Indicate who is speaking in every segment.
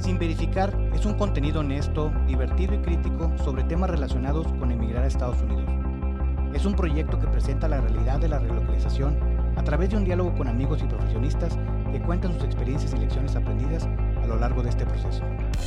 Speaker 1: Sin Verificar es un contenido honesto, divertido y crítico sobre temas relacionados con emigrar a Estados Unidos. Es un proyecto que presenta la realidad de la relocalización a través de un diálogo con amigos y profesionistas que cuentan sus experiencias y lecciones aprendidas a lo largo de este proceso.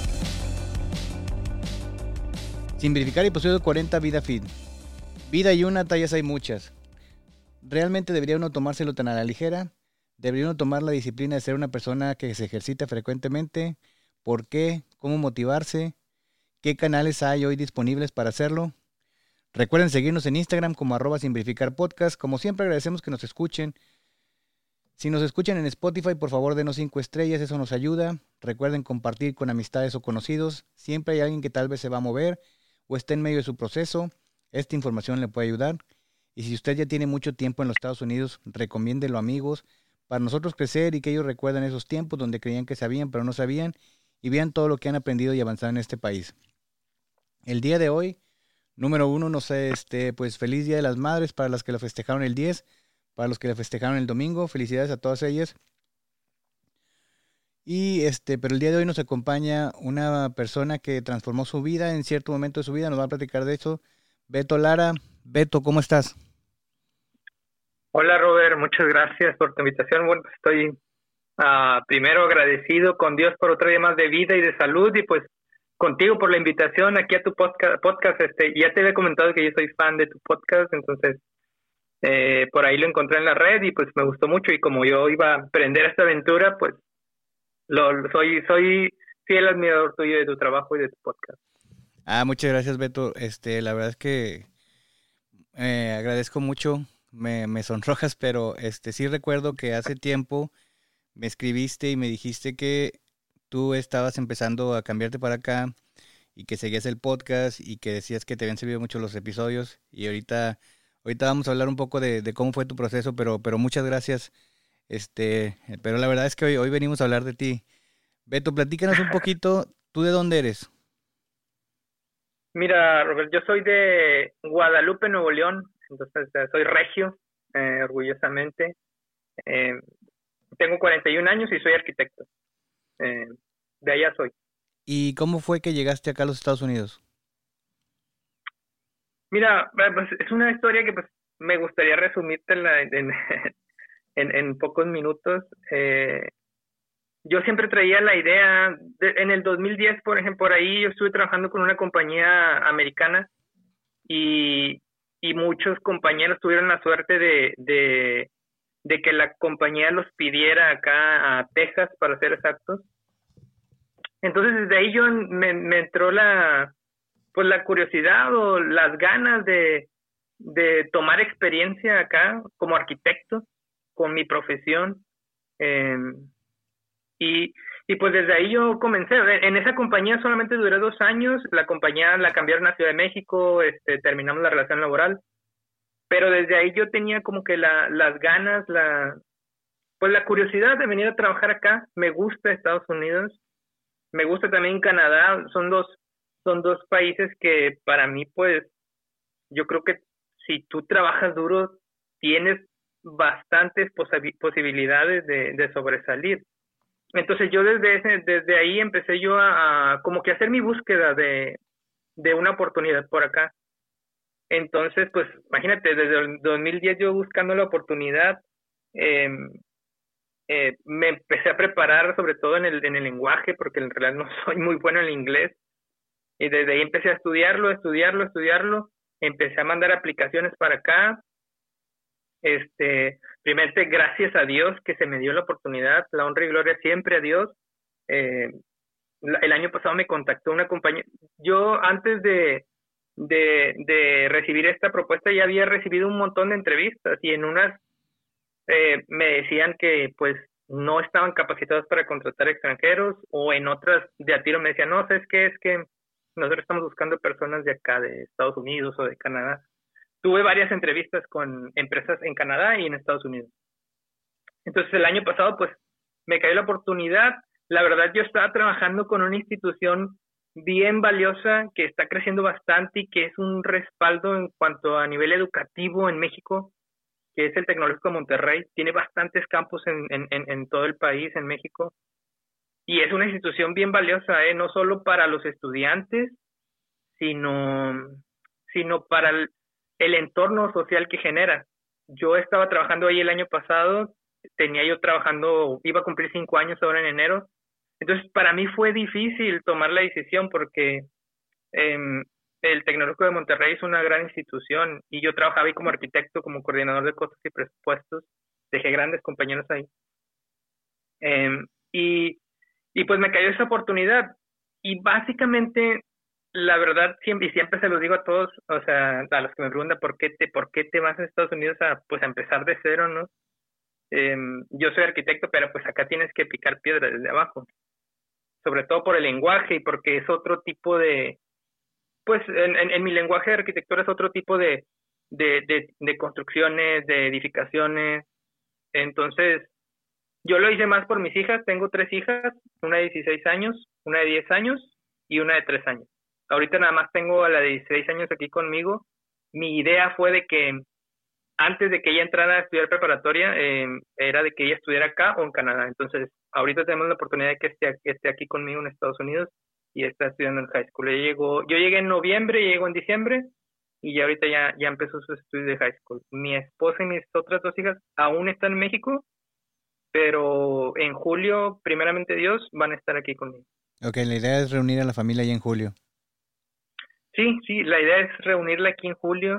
Speaker 1: Sin Verificar, episodio 40, Vida Fit. Vida hay una, tallas hay muchas. ¿Realmente debería uno tomárselo tan a la ligera? ¿Debería uno tomar la disciplina de ser una persona que se ejercita frecuentemente? ¿Por qué? ¿Cómo motivarse? ¿Qué canales hay hoy disponibles para hacerlo? Recuerden seguirnos en Instagram como @sinverificarpodcast. Como siempre agradecemos que nos escuchen. Si nos escuchan en Spotify, por favor denos 5 estrellas, eso nos ayuda. Recuerden compartir con amistades o conocidos. Siempre hay alguien que tal vez se va a mover o esté en medio de su proceso. Esta información le puede ayudar. Y si usted ya tiene mucho tiempo en los Estados Unidos, recomiéndelo a amigos para nosotros crecer y que ellos recuerden esos tiempos donde creían que sabían pero no sabían y vean todo lo que han aprendido y avanzado en este país. El día de hoy, número 1, no sé, pues feliz Día de las Madres para las que lo festejaron el 10, para los que lo festejaron el domingo, felicidades a todas ellas. Y pero el día de hoy nos acompaña una persona que transformó su vida en cierto momento de su vida, nos va a platicar de eso. Beto Lara. Beto, ¿cómo estás?
Speaker 2: Hola Robert, muchas gracias por tu invitación. Bueno, pues estoy primero agradecido con Dios por otro día más de vida y de salud y pues contigo por la invitación aquí a tu podcast. Ya te había comentado que yo soy fan de tu podcast, entonces por ahí lo encontré en la red y pues me gustó mucho y como yo iba a emprender esta aventura, pues soy fiel admirador tuyo de tu trabajo y de tu podcast.
Speaker 1: Muchas gracias, Beto. La verdad es que agradezco mucho, me sonrojas, pero sí recuerdo que hace tiempo me escribiste y me dijiste que tú estabas empezando a cambiarte para acá y que seguías el podcast y que decías que te habían servido mucho los episodios y ahorita vamos a hablar un poco de cómo fue tu proceso, pero muchas gracias. Pero la verdad es que hoy venimos a hablar de ti. Beto, platícanos un poquito, ¿tú de dónde eres?
Speaker 2: Mira, Robert, yo soy de Guadalupe, Nuevo León, entonces soy regio, orgullosamente. Eh, Tengo 41 años y soy arquitecto. De allá soy.
Speaker 1: ¿Y cómo fue que llegaste acá a los Estados Unidos?
Speaker 2: Mira, pues es una historia que pues me gustaría resumírtela en pocos minutos. Yo siempre traía la idea, en el 2010, por ejemplo, por ahí yo estuve trabajando con una compañía americana y muchos compañeros tuvieron la suerte de que la compañía los pidiera acá a Texas, para ser exactos. Entonces desde ahí me entró la curiosidad o las ganas de tomar experiencia acá como arquitecto con mi profesión. Eh, y pues desde ahí yo comencé. En esa compañía solamente duré 2 años. La compañía la cambiaron a Ciudad de México, terminamos la relación laboral. Pero desde ahí yo tenía como que las ganas, la curiosidad de venir a trabajar acá. Me gusta Estados Unidos, me gusta también Canadá. Son dos países que para mí, pues, yo creo que si tú trabajas duro, tienes bastantes posibilidades de sobresalir. Entonces yo desde ahí empecé yo a como que hacer mi búsqueda de una oportunidad por acá. Entonces, pues, imagínate, desde el 2010 yo buscando la oportunidad, me empecé a preparar sobre todo en el lenguaje, porque en realidad no soy muy bueno en el inglés. Y desde ahí empecé a estudiarlo. Empecé a mandar aplicaciones para acá. Primeramente, gracias a Dios que se me dio la oportunidad, la honra y gloria siempre a Dios. El año pasado me contactó una compañía. Yo antes de recibir esta propuesta ya había recibido un montón de entrevistas y en unas me decían que pues no estaban capacitados para contratar extranjeros, o en otras de a tiro me decían, no, ¿sabes qué? Es que nosotros estamos buscando personas de acá, de Estados Unidos o de Canadá. Tuve varias entrevistas con empresas en Canadá y en Estados Unidos. Entonces el año pasado pues me cayó la oportunidad. La verdad yo estaba trabajando con una institución bien valiosa que está creciendo bastante y que es un respaldo en cuanto a nivel educativo en México, que es el Tecnológico de Monterrey. Tiene bastantes campus en todo el país, en México. Y es una institución bien valiosa, no solo para los estudiantes, sino, sino para el entorno social que genera. Yo estaba trabajando ahí el año pasado, tenía yo trabajando, iba a cumplir 5 años ahora en enero. Entonces, para mí fue difícil tomar la decisión porque em, el Tecnológico de Monterrey es una gran institución y yo trabajaba ahí como arquitecto, como coordinador de costos y presupuestos. Dejé grandes compañeros ahí. Em, y, y pues me cayó esa oportunidad. Y básicamente, la verdad, siempre, y siempre se los digo a todos, o sea, a los que me preguntan por qué te vas a Estados Unidos a, pues, a empezar de cero, ¿no? Yo soy arquitecto, pero pues acá tienes que picar piedra desde abajo, sobre todo por el lenguaje y porque es otro tipo de, pues en mi lenguaje de arquitectura es otro tipo de construcciones, de edificaciones. Entonces, yo lo hice más por mis hijas, tengo 3 hijas, una de 16 años, una de 10 años y una de 3 años. Ahorita nada más tengo a la de 16 años aquí conmigo. Mi idea fue de que antes de que ella entrara a estudiar preparatoria, era de que ella estudiara acá o en Canadá. Entonces, ahorita tenemos la oportunidad de que esté aquí conmigo en Estados Unidos y está estudiando en high school. Yo llegué en noviembre, llegó en diciembre y ya ahorita ya empezó sus estudios de high school. Mi esposa y mis otras 2 hijas aún están en México, pero en julio, primeramente Dios, van a estar aquí conmigo.
Speaker 1: Ok, la idea es reunir a la familia ya en julio.
Speaker 2: Sí, sí, la idea es reunirla aquí en julio.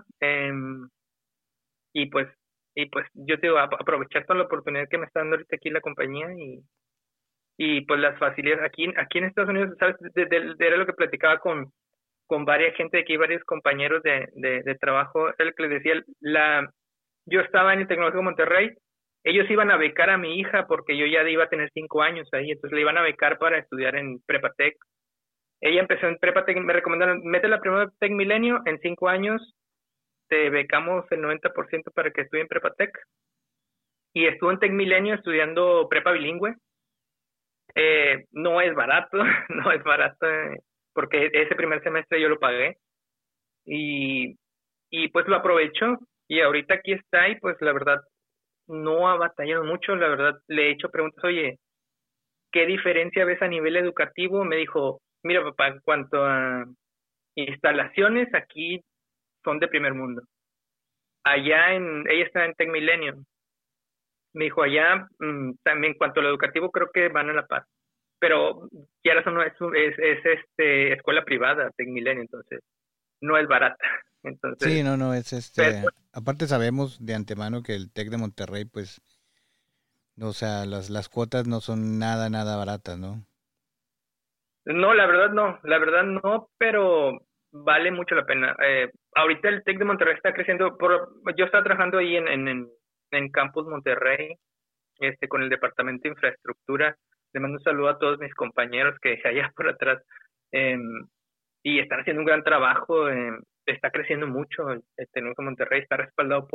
Speaker 2: Y pues y pues yo te digo, aprovechar toda la oportunidad que me está dando ahorita aquí la compañía y pues las facilidades aquí en Estados Unidos, sabes, era lo que platicaba con varias gente de aquí, varios compañeros de trabajo, el que les decía, yo estaba en el Tecnológico de Monterrey, ellos iban a becar a mi hija porque yo ya iba a tener 5 años ahí, entonces le iban a becar para estudiar en Prepatec. Ella empezó en Prepatec, me recomendaron, métela primero en Tec Milenio, en 5 años te becamos el 90% para que estudie en Prepatec. Y estuvo en Tec Milenio estudiando prepa bilingüe. No es barato, no es barato, porque ese primer semestre yo lo pagué. Y, y pues lo aprovechó. Y ahorita aquí está y pues la verdad no ha batallado mucho. La verdad le he hecho preguntas, oye, ¿qué diferencia ves a nivel educativo? Me dijo, mira papá, en cuanto a instalaciones, aquí son de primer mundo. Ella está en Tec Milenio. Me dijo, allá también en cuanto a lo educativo creo que van a la par. Pero quieras o no, escuela privada, Tec Milenio, entonces no es barata.
Speaker 1: Sí,
Speaker 2: Entonces,
Speaker 1: no, es
Speaker 2: pero,
Speaker 1: aparte sabemos de antemano que el TEC de Monterrey, pues, o sea, las cuotas no son nada baratas, ¿no?
Speaker 2: no, la verdad no, pero vale mucho la pena. Ahorita el TEC de Monterrey está creciendo, yo estaba trabajando ahí en Campus Monterrey, con el Departamento de Infraestructura. Le mando un saludo a todos mis compañeros que dejé allá por atrás. em, y están haciendo un gran trabajo. Está creciendo mucho. El Tecnológico de Monterrey está respaldado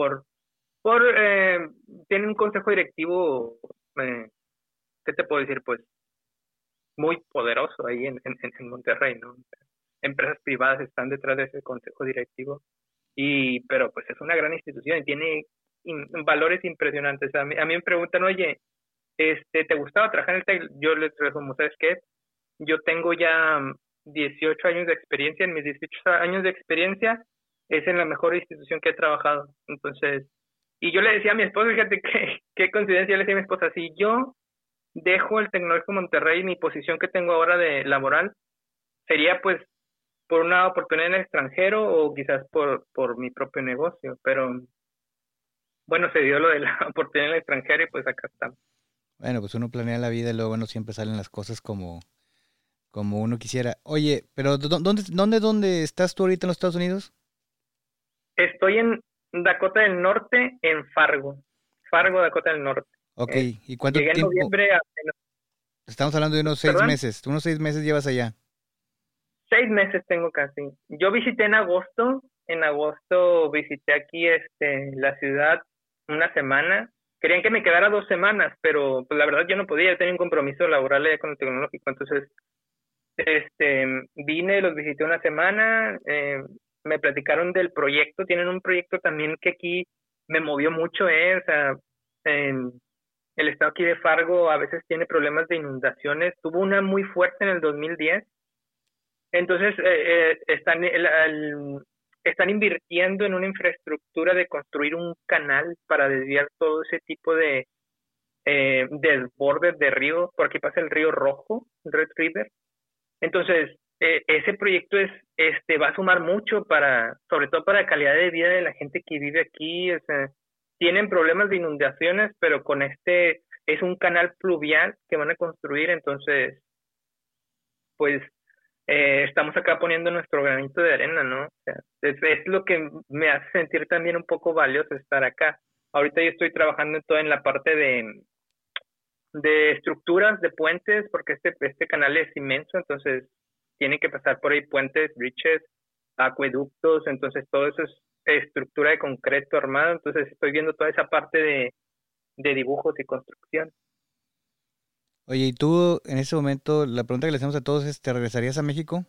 Speaker 2: tiene un consejo directivo, ¿qué te puedo decir? Pues muy poderoso ahí en Monterrey, ¿no? Empresas privadas están detrás de ese consejo directivo. Pero pues es una gran institución y tiene valores impresionantes. A mí me preguntan, oye, ¿te gustaba trabajar en el TEC? Yo les respondo, ¿sabes qué? Yo tengo ya 18 años de experiencia. En mis 18 años de experiencia es en la mejor institución que he trabajado. Entonces, y yo le decía a mi esposa, fíjate qué coincidencia, yo le decía a mi esposa, si yo dejo el Tecnológico de Monterrey, mi posición que tengo ahora de laboral, sería pues por una oportunidad en el extranjero o quizás por mi propio negocio. Pero bueno, se dio lo de la oportunidad en el extranjero y pues acá estamos.
Speaker 1: Bueno, pues uno planea la vida y luego no siempre salen las cosas como uno quisiera. Oye, pero ¿dónde estás tú ahorita en los Estados Unidos?
Speaker 2: Estoy en Dakota del Norte, en Fargo, Dakota del Norte.
Speaker 1: Ok,
Speaker 2: Eh,
Speaker 1: ¿y cuánto
Speaker 2: Llegué en
Speaker 1: tiempo?
Speaker 2: noviembre
Speaker 1: Estamos hablando de unos seis
Speaker 2: perdón,
Speaker 1: meses. Unos 6 meses llevas allá.
Speaker 2: 6 meses tengo casi. Yo visité en agosto visité aquí la ciudad una semana. Querían que me quedara 2 semanas, pero pues la verdad yo no podía, yo tenía un compromiso laboral allá con el tecnológico. Entonces vine, los visité una semana, me platicaron del proyecto. Tienen un proyecto también que aquí me movió mucho, o sea, El estado aquí de Fargo a veces tiene problemas de inundaciones. Tuvo una muy fuerte en el 2010. Entonces, están invirtiendo en una infraestructura de construir un canal para desviar todo ese tipo de desbordes de río. Por aquí pasa el río Rojo, el Red River. Entonces, ese proyecto va a sumar mucho sobre todo para la calidad de vida de la gente que vive aquí. O sea, tienen problemas de inundaciones, pero con es un canal pluvial que van a construir. Entonces, pues estamos acá poniendo nuestro granito de arena, ¿no? O sea, es lo que me hace sentir también un poco valioso estar acá. Ahorita yo estoy trabajando en la parte de estructuras de puentes, porque este canal es inmenso, entonces tiene que pasar por ahí puentes, bridges, acueductos, entonces todo eso es estructura de concreto armado, entonces estoy viendo toda esa parte de dibujos y construcción.
Speaker 1: Oye, y tú en ese momento, la pregunta que le hacemos a todos es, ¿te regresarías a México?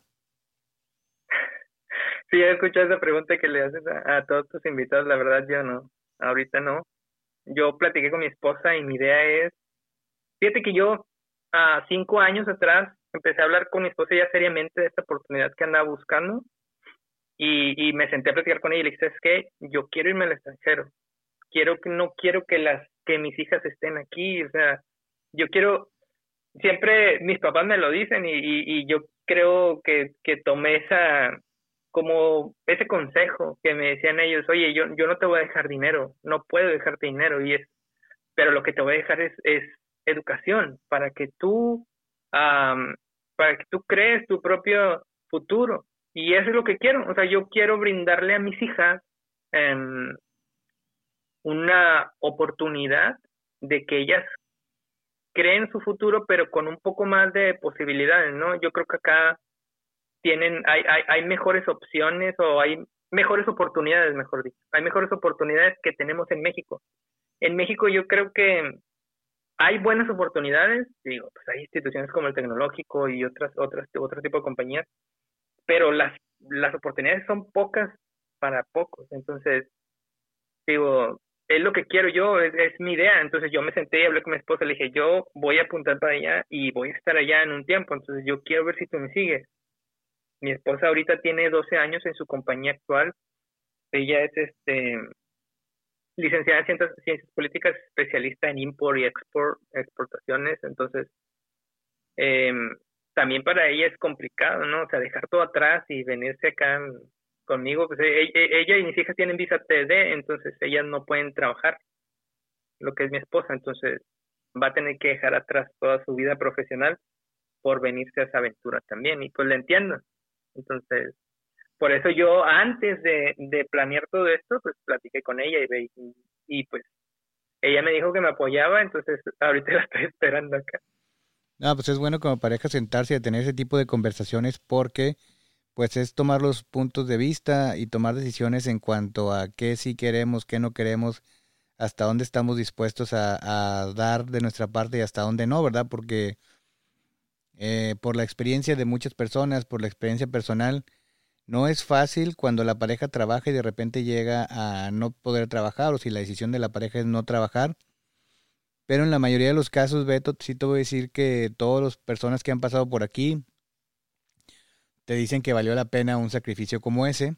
Speaker 2: Sí, he escuchado esa pregunta que le haces a todos tus invitados, la verdad yo no, ahorita no. Yo platiqué con mi esposa y mi idea es, fíjate que yo a 5 años atrás empecé a hablar con mi esposa ya seriamente de esta oportunidad que andaba buscando y me senté a platicar con ella y le dije, ¿sabes qué? Yo quiero irme al extranjero, no quiero que mis hijas estén aquí, o sea, yo quiero, siempre mis papás me lo dicen y yo creo que tomé como ese consejo que me decían ellos, oye, yo no te voy a dejar dinero, no puedo dejarte dinero, pero lo que te voy a dejar es educación am, para que tú crees tu propio futuro. Y eso es lo que quiero, o sea, yo quiero brindarle a mis hijas em, una oportunidad de que ellas creen su futuro, pero con un poco más de posibilidades, ¿no? Yo creo que acá hay mejores opciones o hay mejores oportunidades, mejor dicho. Hay mejores oportunidades que tenemos en México. En México yo creo que hay buenas oportunidades, digo, pues hay instituciones como el tecnológico y otro tipo de compañías, pero las oportunidades son pocas para pocos. Entonces, digo, es lo que quiero yo, es mi idea. Entonces yo me senté y hablé con mi esposa, le dije, yo voy a apuntar para allá y voy a estar allá en un tiempo, entonces yo quiero ver si tú me sigues. Mi esposa ahorita tiene 12 años en su compañía actual, ella es licenciada en ciencias políticas, especialista en import y exportaciones, entonces eh, también para ella es complicado, ¿no? O sea, dejar todo atrás y venirse acá conmigo, pues ella y mis hijas tienen visa TD, entonces ellas no pueden trabajar, lo que es mi esposa, entonces va a tener que dejar atrás toda su vida profesional por venirse a esa aventura también, y pues la entiendo. Entonces, por eso yo antes de planear todo esto, pues platiqué con ella y pues ella me dijo que me apoyaba, entonces ahorita la estoy esperando acá.
Speaker 1: No, pues es bueno como pareja sentarse y a tener ese tipo de conversaciones porque pues es tomar los puntos de vista y tomar decisiones en cuanto a qué sí queremos, qué no queremos, hasta dónde estamos dispuestos a dar de nuestra parte y hasta dónde no, ¿verdad? Porque por la experiencia de muchas personas, por la experiencia personal, no es fácil cuando la pareja trabaja y de repente llega a no poder trabajar o si la decisión de la pareja es no trabajar. Pero en la mayoría de los casos, Beto, sí te voy a decir que todas las personas que han pasado por aquí te dicen que valió la pena un sacrificio como ese,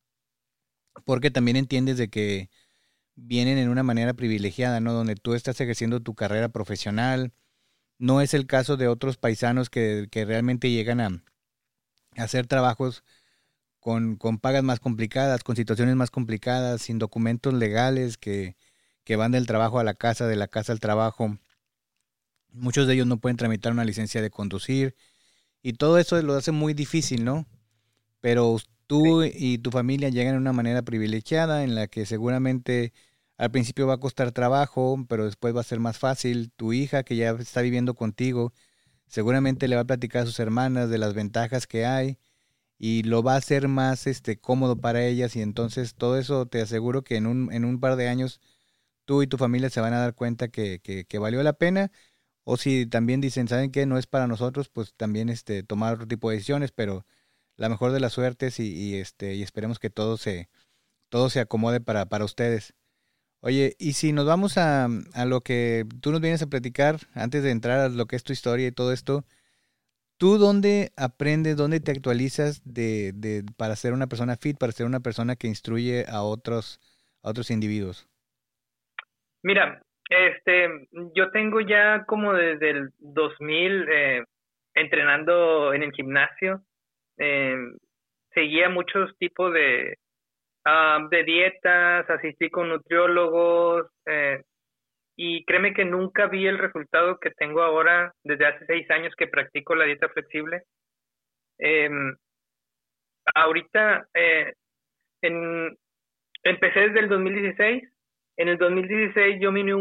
Speaker 1: porque también entiendes de que vienen en una manera privilegiada, ¿no? Donde tú estás ejerciendo tu carrera profesional. No es el caso de otros paisanos que realmente llegan a hacer trabajos con pagas más complicadas, con situaciones más complicadas, sin documentos legales que van del trabajo a la casa, de la casa al trabajo. Muchos de ellos no pueden tramitar una licencia de conducir y todo eso lo hace muy difícil, ¿no? Pero
Speaker 2: Sí,
Speaker 1: tú y tu familia llegan de una manera privilegiada en la que seguramente al principio va a costar trabajo, pero después va a ser más fácil. Tu hija que ya está viviendo contigo, seguramente le va a platicar a sus hermanas de las ventajas que hay y lo va a hacer más cómodo para ellas y entonces todo eso te aseguro que en un par de años tú y tu familia se van a dar cuenta que valió la pena o si también dicen, ¿saben qué? No es para nosotros, pues también tomar otro tipo de decisiones, pero la mejor de las suertes y esperemos que todo se acomode para ustedes. Oye, y si nos vamos a lo que tú nos vienes a platicar antes de entrar a lo que es tu historia y todo esto, ¿tú dónde aprendes, dónde te actualizas para ser una persona fit, para ser una persona que instruye a otros individuos?
Speaker 2: Mira, yo tengo ya como desde el 2000 entrenando en el gimnasio. eh, Seguía muchos tipos de dietas, asistí con nutriólogos, y créeme que nunca vi el resultado que tengo ahora desde hace 6 años que practico la dieta flexible. Em, Ahorita en, empecé desde el 2016. En el 2016 yo me uní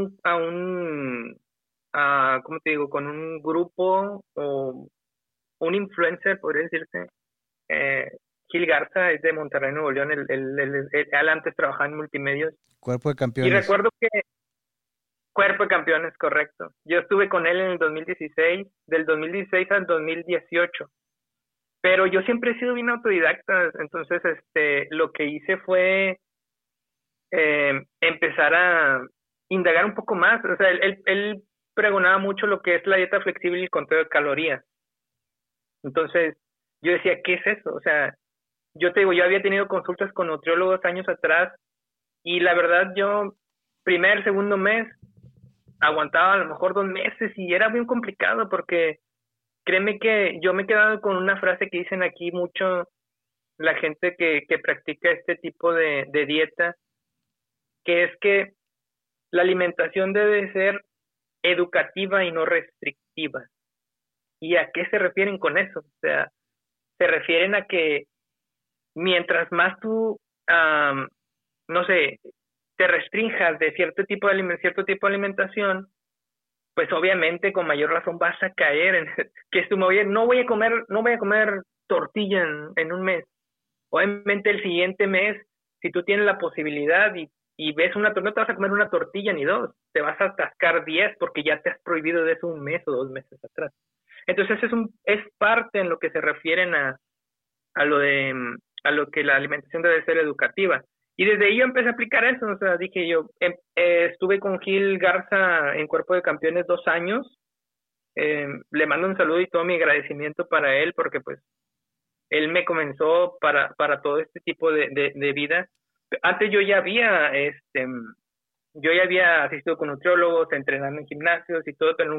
Speaker 2: ¿cómo te digo? Con un grupo o un influencer, podría decirse. Eh, Gil Garza es de Monterrey, Nuevo León. Él antes trabajaba en multimedios.
Speaker 1: Cuerpo de
Speaker 2: Y
Speaker 1: campeones.
Speaker 2: recuerdo que Cuerpo de Campeones, correcto. Yo estuve con él en el 2016, del 2016 al 2018. Pero yo siempre he sido bien autodidacta. Entonces, lo que hice fue empezar a indagar un poco más. O sea, él pregonaba mucho lo que es la dieta flexible y el conteo de calorías. Entonces, yo decía, ¿qué es eso? O sea, yo te digo, yo había tenido consultas con nutriólogos años atrás y la verdad yo, primer, segundo mes, aguantaba a lo mejor 2 meses y era bien complicado porque créeme que yo me he quedado con una frase que dicen aquí mucho la gente que practica este tipo de dieta, que es que la alimentación debe ser educativa y no restrictiva. ¿Y a qué se refieren con eso? O sea, se refieren a que mientras más tú, no sé, te restrinjas de cierto tipo de alimentación, pues obviamente con mayor razón vas a caer en que no voy a comer tortilla en un mes. Obviamente el siguiente mes, si tú tienes la posibilidad y ves una tortilla, no te vas a comer una tortilla ni dos, te vas a atascar 10 porque ya te has prohibido de eso un mes o 2 meses atrás. Entonces es parte en lo que se refieren a lo de a lo que la alimentación debe ser educativa. Y desde ahí yo empecé a aplicar eso. O sea, dije yo, estuve con Gil Garza en Cuerpo de Campeones 2 años. Le mando un saludo y todo mi agradecimiento para él, porque pues él me comenzó para todo este tipo de vida. Antes yo ya había asistido con nutriólogos, entrenando en gimnasios y todo, pero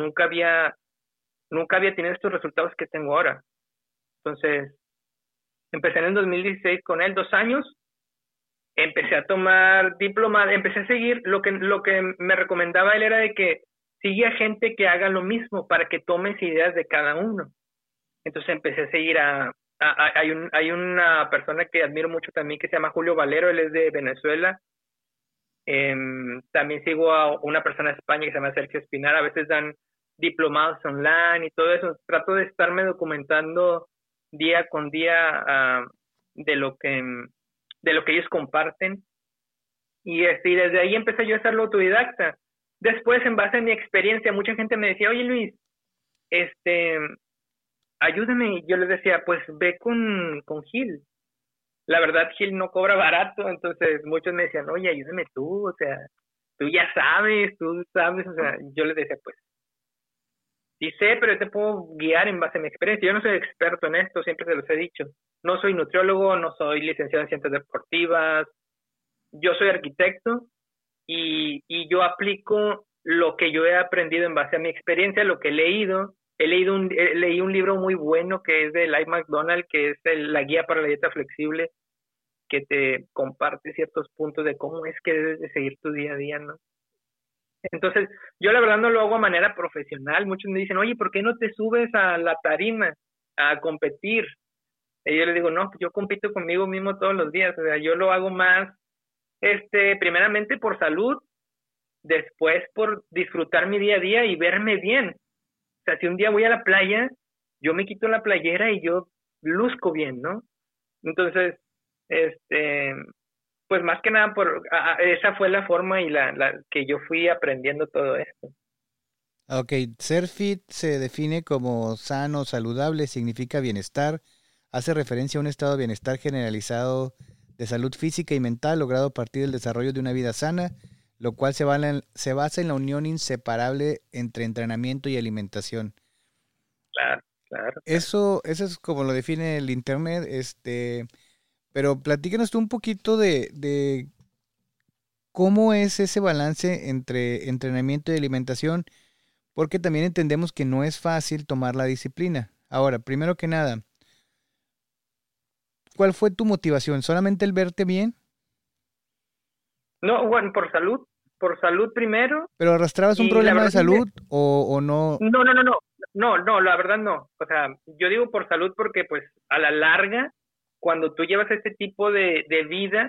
Speaker 2: nunca había tenido estos resultados que tengo ahora. Entonces, empecé en el 2016 con él, 2 años. Empecé a tomar diplomados, empecé a seguir lo que me recomendaba él era de que sigue a gente que haga lo mismo para que tomes ideas de cada uno. Entonces empecé a seguir hay una persona que admiro mucho también que se llama Julio Valero, él es de Venezuela. También sigo a una persona de España que se llama Sergio Espinar, a veces dan diplomados online y todo eso. Trato de estarme documentando día con día de lo que ellos comparten. Y desde ahí empecé yo a hacerlo autodidacta. Después, en base a mi experiencia, mucha gente me decía, oye Luis, ayúdame. Yo les decía, pues ve con Gil. La verdad, Gil no cobra barato, entonces muchos me decían, oye, ayúdame tú, o sea, tú ya sabes, o sea, yo les decía, pues, sí sé, pero yo te puedo guiar en base a mi experiencia. Yo no soy experto en esto, siempre se los he dicho. No soy nutriólogo, no soy licenciado en ciencias deportivas, yo soy arquitecto y yo aplico lo que yo he aprendido en base a mi experiencia, lo que he leído. Leí un libro muy bueno que es de Life McDonald, que es la guía para la dieta flexible, que te comparte ciertos puntos de cómo es que debes de seguir tu día a día, ¿no? Entonces, yo la verdad no lo hago a manera profesional. Muchos me dicen, oye, ¿por qué no te subes a la tarima a competir? Y yo les digo, no, pues yo compito conmigo mismo todos los días. O sea, yo lo hago más, primeramente por salud, después por disfrutar mi día a día y verme bien. O sea, si un día voy a la playa, yo me quito la playera y yo luzco bien, ¿no? Entonces, pues más que nada esa fue la forma y la que yo fui aprendiendo todo esto.
Speaker 1: Ok, ser fit se define como sano, saludable, significa bienestar, hace referencia a un estado de bienestar generalizado de salud física y mental logrado a partir del desarrollo de una vida sana, lo cual se basa en la unión inseparable entre entrenamiento y alimentación.
Speaker 2: Claro, claro.
Speaker 1: Eso es como lo define el internet, pero platícanos tú un poquito de cómo es ese balance entre entrenamiento y alimentación, porque también entendemos que no es fácil tomar la disciplina. Ahora, primero que nada, ¿cuál fue tu motivación? ¿Solamente el verte bien?
Speaker 2: No, bueno, por salud primero,
Speaker 1: ¿Pero arrastrabas un
Speaker 2: y la
Speaker 1: problema de
Speaker 2: verdad
Speaker 1: salud o no?
Speaker 2: no, la verdad no. O sea, yo digo por salud porque pues a la larga, cuando tú llevas este tipo de vida,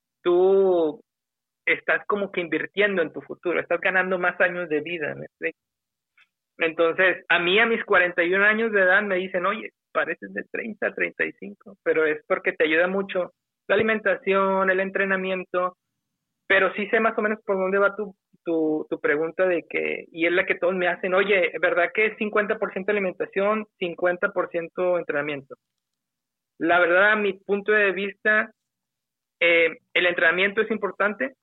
Speaker 2: tú estás como que invirtiendo en tu futuro, estás ganando más años de vida, ¿me explico? Entonces, a mí a mis 41 años de edad me dicen, oye, pareces de 30 a 35, pero es porque te ayuda mucho la alimentación, el entrenamiento, pero sí sé más o menos por dónde va tu pregunta de que, y es la que todos me hacen, oye, ¿verdad que es 50% alimentación, 50% entrenamiento? La verdad, a mi punto de vista, el entrenamiento es importante,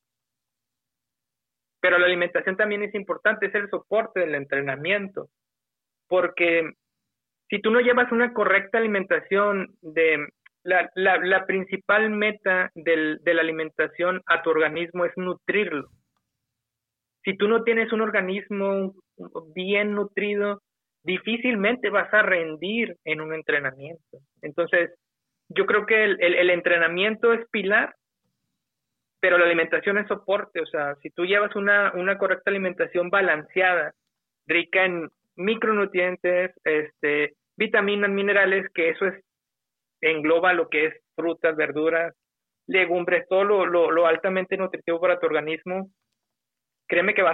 Speaker 2: pero la alimentación también es importante, es el soporte del entrenamiento, porque si tú no llevas una correcta alimentación, la principal meta de la alimentación a tu organismo es nutrirlo. Si tú no tienes un organismo bien nutrido, difícilmente vas a rendir en un entrenamiento. Entonces, yo creo que el entrenamiento es pilar, pero la alimentación es soporte. O sea, si tú llevas una correcta alimentación balanceada, rica en micronutrientes, vitaminas, minerales, que eso engloba lo que es frutas, verduras, legumbres, todo lo altamente nutritivo para tu organismo, créeme que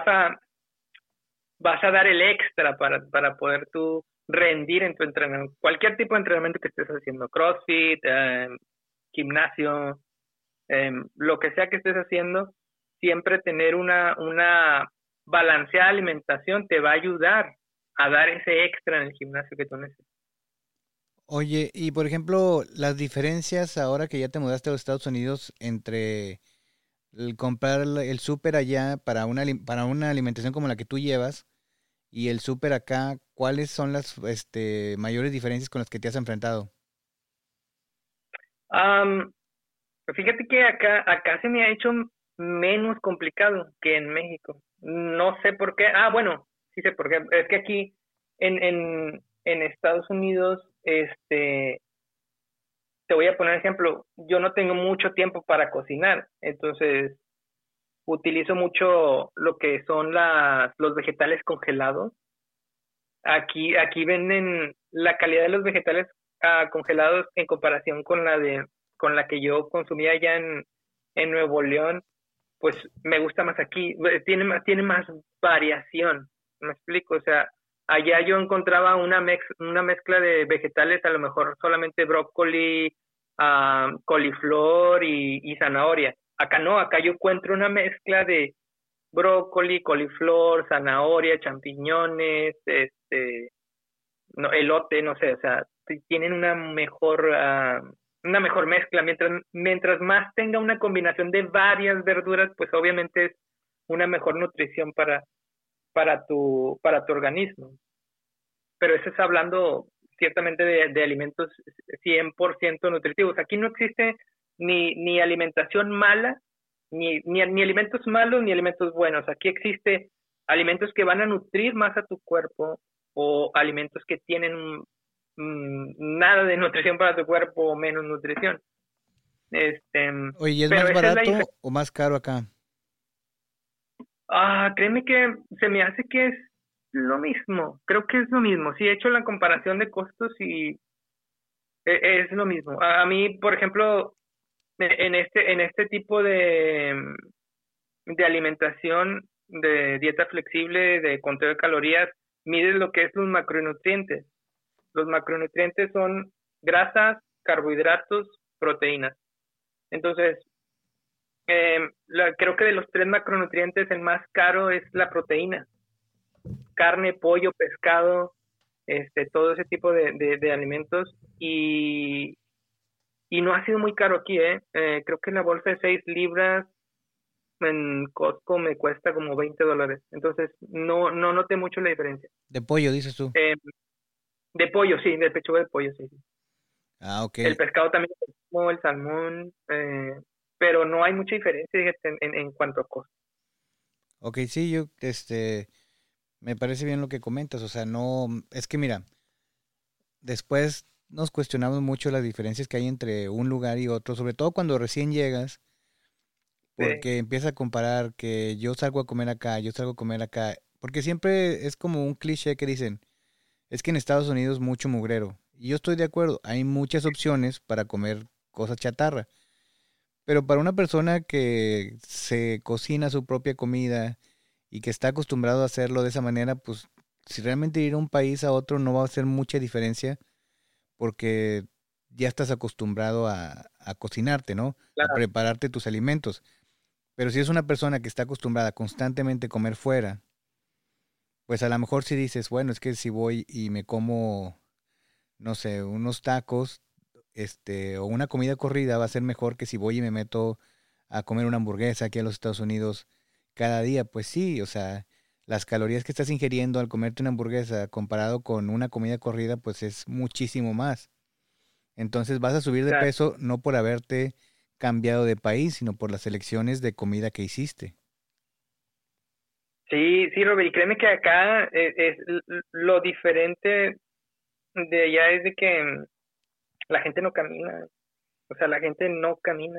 Speaker 2: vas a dar el extra para poder tú rendir en tu entrenamiento, cualquier tipo de entrenamiento que estés haciendo, CrossFit, gimnasio, lo que sea que estés haciendo, siempre tener una balanceada alimentación te va a ayudar a dar ese extra en el gimnasio que tú necesitas.
Speaker 1: Oye, y por ejemplo, las diferencias ahora que ya te mudaste a los Estados Unidos entre el comprar el súper allá para una alimentación como la que tú llevas y el súper acá, ¿cuáles son las mayores diferencias con las que te has enfrentado?
Speaker 2: Um, Fíjate que acá se me ha hecho menos complicado que en México. No sé por qué. Ah, bueno, sí sé por qué. Es que aquí en Estados Unidos, te voy a poner ejemplo. Yo no tengo mucho tiempo para cocinar, entonces utilizo mucho lo que son los vegetales congelados. Aquí venden la calidad de los vegetales congelados en comparación con la que yo consumía allá en Nuevo León, pues me gusta más aquí, tiene más variación, ¿me explico? O sea, allá yo encontraba una mezcla de vegetales, a lo mejor solamente brócoli, coliflor y zanahoria. Acá no, acá yo encuentro una mezcla de brócoli, coliflor, zanahoria, champiñones, no, elote, no sé, o sea, tienen una mejor mezcla. Mientras más tenga una combinación de varias verduras, pues obviamente es una mejor nutrición para tu organismo. Pero eso es hablando ciertamente de alimentos 100% nutritivos. Aquí no existe ni alimentación mala, ni alimentos malos, ni alimentos buenos. Aquí existe alimentos que van a nutrir más a tu cuerpo o alimentos que tienen nada de nutrición para tu cuerpo o menos nutrición. Este,
Speaker 1: Oye, ¿y es
Speaker 2: pero
Speaker 1: más
Speaker 2: esa es la
Speaker 1: barato
Speaker 2: diferencia.
Speaker 1: o más caro acá?
Speaker 2: Créeme que se me hace que es lo mismo. Creo que es lo mismo. Sí, he hecho la comparación de costos y es lo mismo. A mí, por ejemplo, en este tipo de alimentación, de dieta flexible, de conteo de calorías, mides lo que es los macronutrientes. Los macronutrientes son grasas, carbohidratos, proteínas. Entonces, creo que de los tres macronutrientes el más caro es la proteína. Carne, pollo, pescado, todo ese tipo de alimentos y no ha sido muy caro aquí, ¿eh? Creo que la bolsa de 6 libras, en Costco me cuesta como $20. Entonces, no noté mucho la diferencia.
Speaker 1: De pollo, dices tú.
Speaker 2: Eh, de pollo, sí, de pechuga de pollo, sí, sí.
Speaker 1: Ah, ok.
Speaker 2: El pescado también, como el salmón, pero no hay mucha diferencia, fíjate, en cuanto a costo.
Speaker 1: Ok, sí, me parece bien lo que comentas. O sea, no, es que mira, después nos cuestionamos mucho las diferencias que hay entre un lugar y otro, sobre todo cuando recién llegas,
Speaker 2: Sí,
Speaker 1: porque empieza a comparar que yo salgo a comer acá, yo salgo a comer acá, porque siempre es como un cliché que dicen, es que en Estados Unidos mucho mugrero. Y yo estoy de acuerdo, hay muchas opciones para comer cosas chatarra, pero para una persona que se cocina su propia comida y que está acostumbrado a hacerlo de esa manera, pues si realmente ir a un país a otro no va a hacer mucha diferencia porque ya estás acostumbrado a cocinarte, ¿no? A
Speaker 2: claro,
Speaker 1: prepararte tus alimentos. Pero si es una persona que está acostumbrada constantemente a comer fuera, pues a lo mejor si dices, bueno, es que si voy y me como, no sé, unos tacos, o una comida corrida va a ser mejor que si voy y me meto a comer una hamburguesa aquí a los Estados Unidos cada día. Pues sí, o sea, las calorías que estás ingiriendo al comerte una hamburguesa comparado con una comida corrida, pues es muchísimo más. Entonces vas a subir de
Speaker 2: claro.
Speaker 1: peso no por haberte cambiado de país, sino por las elecciones de comida que hiciste.
Speaker 2: Sí, sí, Robert, y créeme que acá lo diferente de allá es de que la gente no camina, o sea, la gente no camina.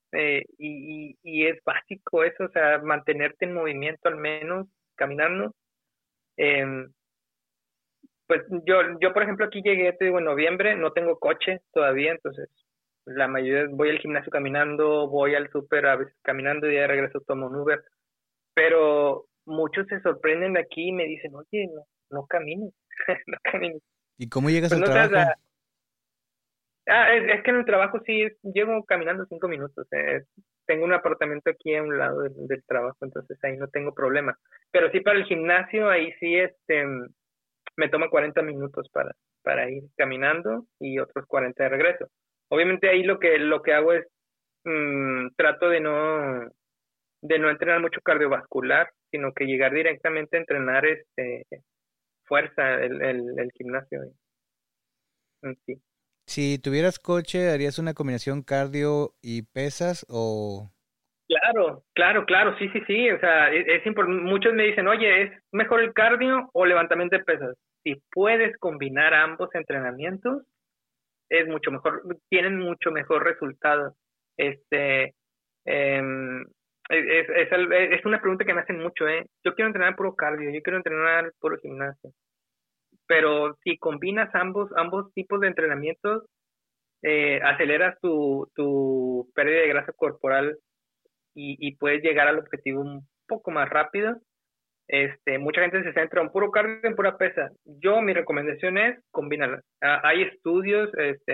Speaker 2: Y es básico eso, o sea, mantenerte en movimiento al menos, caminando. Em, pues yo, por ejemplo, aquí llegué, te digo, en noviembre, no tengo coche todavía, entonces la mayoría voy al gimnasio caminando, voy al súper a veces caminando y ya de regreso tomo un Uber, pero muchos se sorprenden de aquí y me dicen, oye, no camines, no camines.
Speaker 1: ¿Y cómo llegas
Speaker 2: Pues
Speaker 1: al
Speaker 2: no sé, o
Speaker 1: trabajo?
Speaker 2: sea, es que en el trabajo sí, llego caminando 5 minutos. Tengo un apartamento aquí a un lado del trabajo, entonces ahí no tengo problema. Pero sí para el gimnasio, ahí sí me toma 40 minutos para ir caminando y otros 40 de regreso. Obviamente ahí lo que hago es, trato de no entrenar mucho cardiovascular, sino que llegar directamente a entrenar fuerza, el gimnasio en sí.
Speaker 1: Si tuvieras coche, ¿harías una combinación cardio y pesas o...?
Speaker 2: Claro, claro, claro, sí, sí, sí, o sea, es importante. Muchos me dicen, oye, ¿es mejor el cardio o levantamiento de pesas? Si puedes combinar ambos entrenamientos, es mucho mejor, tienen mucho mejor resultado. Este, em, es una pregunta que me hacen mucho, ¿eh? Yo quiero entrenar puro cardio, yo quiero entrenar puro gimnasio, pero si combinas ambos tipos de entrenamientos, aceleras tu pérdida de grasa corporal y puedes llegar al objetivo un poco más rápido. Mucha gente se centra en puro cardio, en pura pesa. Mi recomendación es combínala. Hay estudios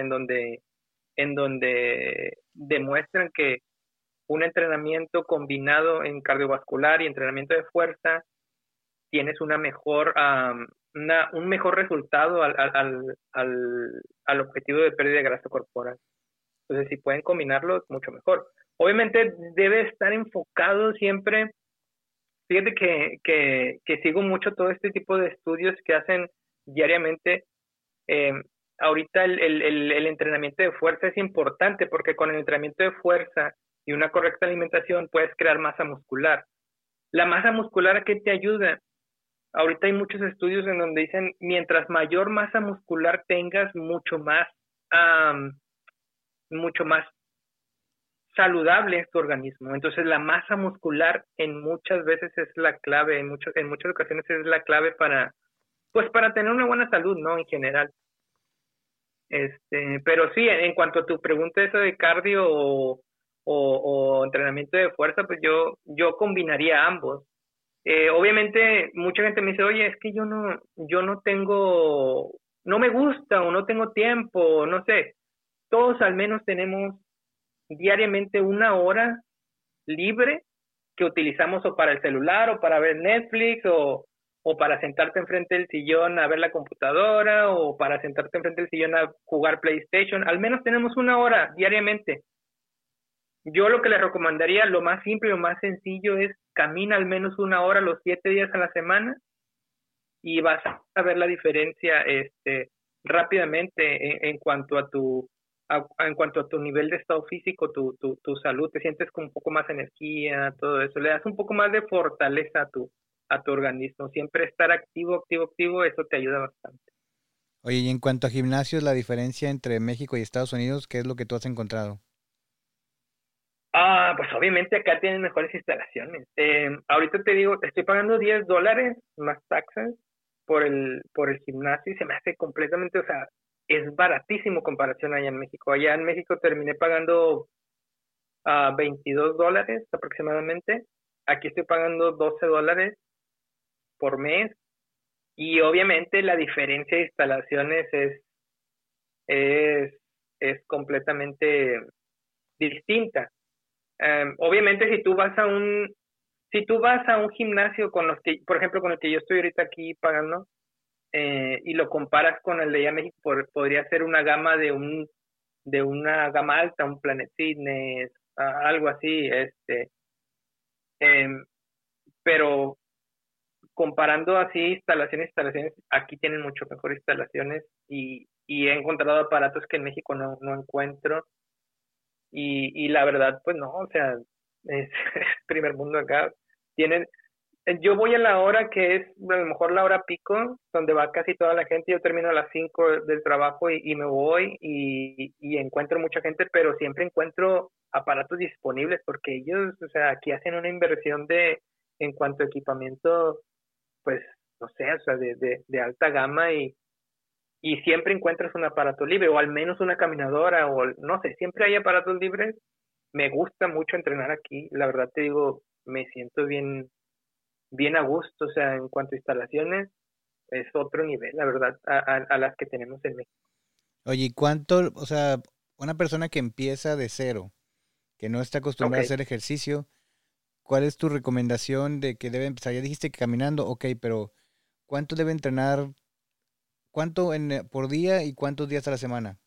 Speaker 2: en donde demuestran que un entrenamiento combinado en cardiovascular y entrenamiento de fuerza tienes un mejor resultado al objetivo de pérdida de grasa corporal. Entonces, si pueden combinarlo, mucho mejor. Obviamente debe estar enfocado siempre. Fíjate que sigo mucho todo este tipo de estudios que hacen diariamente. Eh, Ahorita el entrenamiento de fuerza es importante porque con el entrenamiento de fuerza y una correcta alimentación puedes crear masa muscular. La masa muscular, ¿a qué te ayuda? Ahorita hay muchos estudios en donde dicen, mientras mayor masa muscular tengas, mucho más saludable es tu organismo. Entonces la masa muscular en muchas veces es la clave, en muchas ocasiones es la clave pues para tener una buena salud, ¿no? En general. Pero sí, en cuanto a tu pregunta eso de cardio o entrenamiento de fuerza, pues yo combinaría ambos. Obviamente mucha gente me dice, oye, es que yo no tengo, no me gusta o no tengo tiempo, no sé. Todos al menos tenemos diariamente una hora libre que utilizamos o para el celular o para ver Netflix o para sentarte enfrente del sillón a ver la computadora o para sentarte enfrente del sillón a jugar PlayStation. Al menos tenemos una hora diariamente. Yo lo que les recomendaría, lo más simple, lo más sencillo es camina al menos 1 hora los 7 días a la semana y vas a ver la diferencia rápidamente en cuanto a en cuanto a tu nivel de estado físico, tu salud, te sientes con un poco más energía, todo eso, le das un poco más de fortaleza a tu organismo, siempre estar activo, activo, activo, eso te ayuda bastante.
Speaker 1: Oye, y en cuanto a gimnasios, la diferencia entre México y Estados Unidos, ¿qué es lo que tú has encontrado?
Speaker 2: Pues obviamente acá tienen mejores instalaciones. Ahorita te digo, estoy pagando $10 más taxas por el gimnasio y se me hace completamente, o sea, es baratísimo comparación allá en México. Allá en México terminé pagando $22 aproximadamente. Aquí estoy pagando $12 por mes y obviamente la diferencia de instalaciones es, es completamente distinta. Obviamente si tú vas a un gimnasio con los que, por ejemplo, con el que yo estoy ahorita aquí pagando, y lo comparas con el de allá en México, podría ser una gama de una gama alta, un Planet Fitness, algo así, em, pero comparando así instalaciones, aquí tienen mucho mejor instalaciones y he encontrado aparatos que en México no encuentro y la verdad, pues no, o sea, es primer mundo acá. Tienen, yo voy a la hora que es a lo mejor la hora pico, donde va casi toda la gente, yo termino a las 5 del trabajo y me voy y encuentro mucha gente, pero siempre encuentro aparatos disponibles porque ellos, o sea, aquí hacen una inversión en cuanto a equipamiento, pues, no sé, o sea, de alta gama y siempre encuentras un aparato libre o al menos una caminadora o no sé, siempre hay aparatos libres. Me gusta mucho entrenar aquí, la verdad te digo, me siento bien a gusto, o sea, en cuanto a instalaciones es otro nivel, la verdad, a las que tenemos en México.
Speaker 1: Oye, ¿y cuánto, o sea, una persona que empieza de cero, que no está
Speaker 2: Ok,
Speaker 1: acostumbrada a hacer ejercicio, ¿cuál es tu recomendación de que debe empezar? Ya dijiste que caminando, ok, pero ¿cuánto debe entrenar? ¿Cuánto por día y cuántos días a la semana?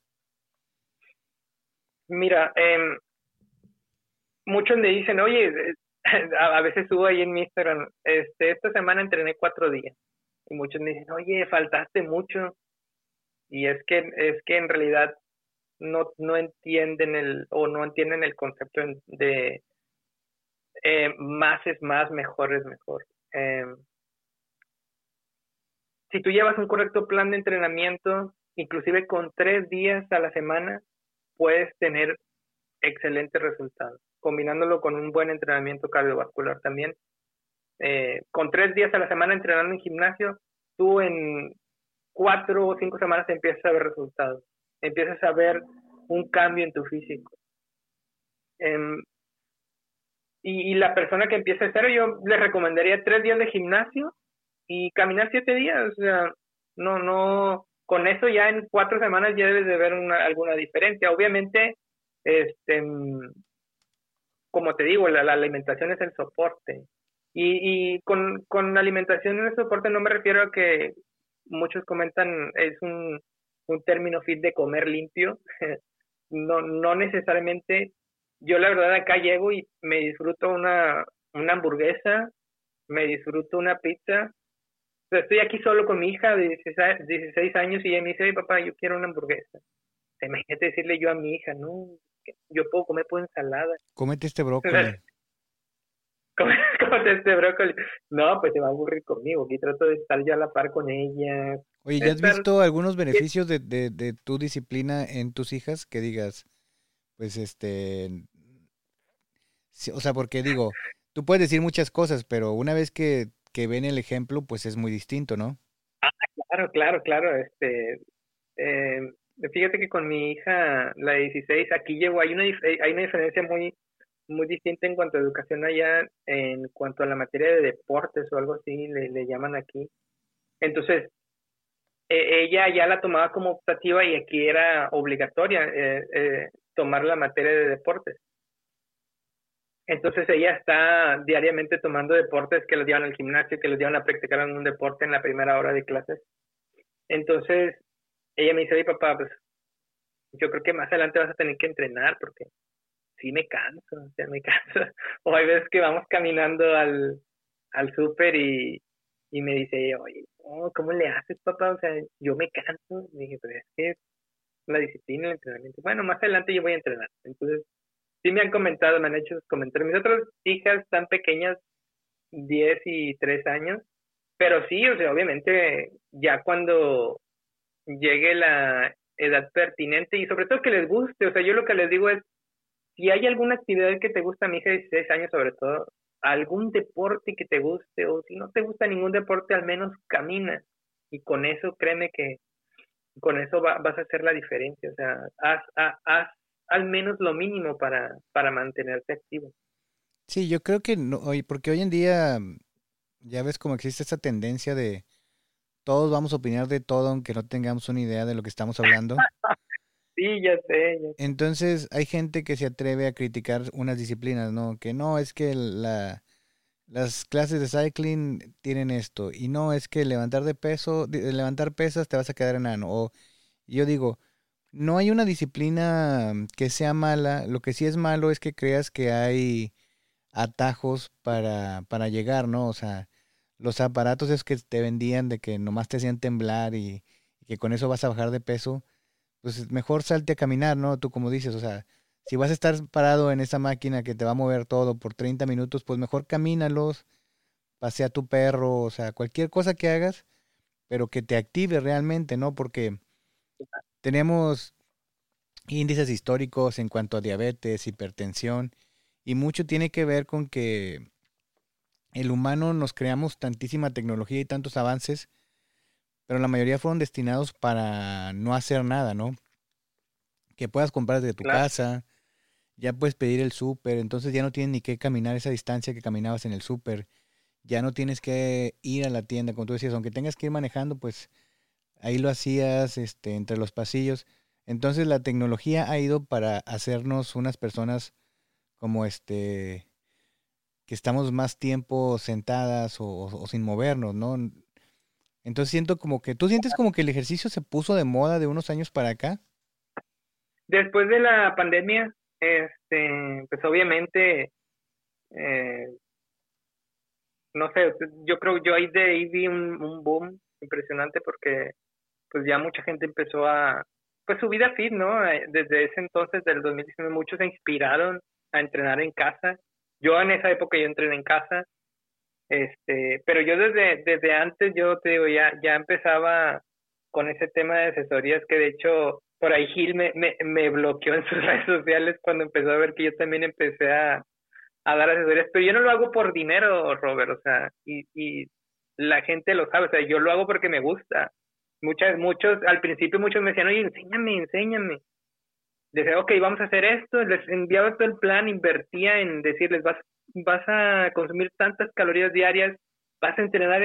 Speaker 2: mira, muchos me dicen, oye, a veces subo ahí en mi Instagram, esta semana entrené 4 días y muchos me dicen, oye, faltaste mucho y es que en realidad no entienden no entienden el concepto de más es más, mejor es mejor. Eh, si tú llevas un correcto plan de entrenamiento, inclusive con 3 días a la semana, puedes tener excelentes resultados. Combinándolo con un buen entrenamiento cardiovascular también. Con 3 días a la semana entrenando en gimnasio, tú en 4 o 5 semanas empiezas a ver resultados. Empiezas a ver un cambio en tu físico. Eh, y la persona que empieza de cero, yo le recomendaría 3 días de gimnasio y caminar 7 días. O sea, con eso ya en 4 semanas ya debes de ver alguna diferencia. Obviamente, este, como te digo, la alimentación es el soporte. Y con la alimentación en el soporte no me refiero a que muchos comentan, es un término fit de comer limpio. No necesariamente. Yo la verdad acá llego y me disfruto una hamburguesa, me disfruto una pizza. O sea, estoy aquí solo con mi hija de 16 años y ella me dice, "Ay, papá, yo quiero una hamburguesa". Imagínate decirle yo a mi hija, no, yo puedo comer por ensalada.
Speaker 1: Cómete este
Speaker 2: O sea,
Speaker 1: brócoli.
Speaker 2: cómete este brócoli. No, pues se va a aburrir conmigo. Aquí trato de estar yo a la par con ella.
Speaker 1: Oye, ¿ya has
Speaker 2: Estar,
Speaker 1: visto algunos beneficios de tu disciplina en tus hijas? Que digas, pues sí, o sea, porque digo, tú puedes decir muchas cosas, pero una vez que ven el ejemplo, pues es muy distinto, ¿no?
Speaker 2: claro, claro, claro. Eh, fíjate que con mi hija, la de 16, aquí llego, hay una diferencia muy distinta en cuanto a educación allá, en cuanto a la materia de deportes o algo así, le llaman aquí. Entonces, ella ya la tomaba como optativa y aquí era obligatoria tomar la materia de deportes. Entonces ella está diariamente tomando deportes que los llevan al gimnasio, que los llevan a practicar en un deporte en la primera hora de clases. Entonces ella me dice, oye papá, pues yo creo que más adelante vas a tener que entrenar porque sí me canso, o sea, me canso. O hay veces que vamos caminando al súper y me dice, oye, no, ¿cómo le haces, papá? O sea, yo me canso. Y dije, pero es que la disciplina, el entrenamiento. Bueno, más adelante yo voy a entrenar. Entonces, sí me han comentado, me han hecho sus comentarios. Mis otras hijas están pequeñas, 10 y 3 años, pero sí, o sea, obviamente ya cuando llegue la edad pertinente y sobre todo que les guste, o sea, yo lo que les digo es, si hay alguna actividad que te gusta, a mi hija de 16 años sobre todo, algún deporte que te guste, o si no te gusta ningún deporte, al menos camina. Y con eso, créeme que con eso vas a hacer la diferencia. O sea, haz al menos lo mínimo para mantenerte activo.
Speaker 1: Sí, yo creo que no, porque hoy en día ya ves como existe esta tendencia de todos vamos a opinar de todo aunque no tengamos una idea de lo que estamos hablando.
Speaker 2: Sí, ya sé, ya sé.
Speaker 1: Entonces hay gente que se atreve a criticar unas disciplinas, ¿no? Que no, es que las clases de cycling tienen esto, y no, es que levantar de peso, levantar pesas te vas a quedar enano. O yo digo, no hay una disciplina que sea mala, lo que sí es malo es que creas que hay atajos para llegar, ¿no? O sea, los aparatos es que te vendían de que nomás te hacían temblar y que con eso vas a bajar de peso, pues mejor salte a caminar, ¿no? Tú como dices, o sea, si vas a estar parado en esa máquina que te va a mover todo por 30 minutos, pues mejor camínalos, pasea tu perro, o sea, cualquier cosa que hagas, pero que te active realmente, ¿no? Porque tenemos índices históricos en cuanto a diabetes, hipertensión, y mucho tiene que ver con que el humano nos creamos tantísima tecnología y tantos avances, pero la mayoría fueron destinados para no hacer nada, ¿no? Que puedas comprar desde tu
Speaker 2: Claro.
Speaker 1: casa, ya puedes pedir el súper, entonces ya no tienes ni que caminar esa distancia que caminabas en el súper, ya no tienes que ir a la tienda, como tú decías, aunque tengas que ir manejando, pues ahí lo hacías, entre los pasillos. Entonces la tecnología ha ido para hacernos unas personas como que estamos más tiempo sentadas o sin movernos, ¿no? Entonces siento como que, ¿tú sientes como que el ejercicio se puso de moda de unos años para acá?
Speaker 2: Después de la pandemia, pues obviamente, eh, no sé, yo creo yo ahí de ahí vi un boom impresionante porque pues ya mucha gente empezó a, pues su vida fit, ¿no? Desde ese entonces, del 2019, muchos se inspiraron a entrenar en casa. Yo en esa época yo entrené en casa, pero yo desde antes, yo te digo, ya empezaba con ese tema de asesorías que de hecho por ahí Gil me bloqueó en sus redes sociales cuando empezó a ver que yo también empecé a dar asesorías, pero yo no lo hago por dinero, Robert, o sea, y la gente lo sabe, o sea, yo lo hago porque me gusta. Muchos, al principio muchos me decían, oye, enséñame. Decía, ok, vamos a hacer esto, les enviaba todo el plan, invertía en decirles, vas a consumir tantas calorías diarias, vas a entrenar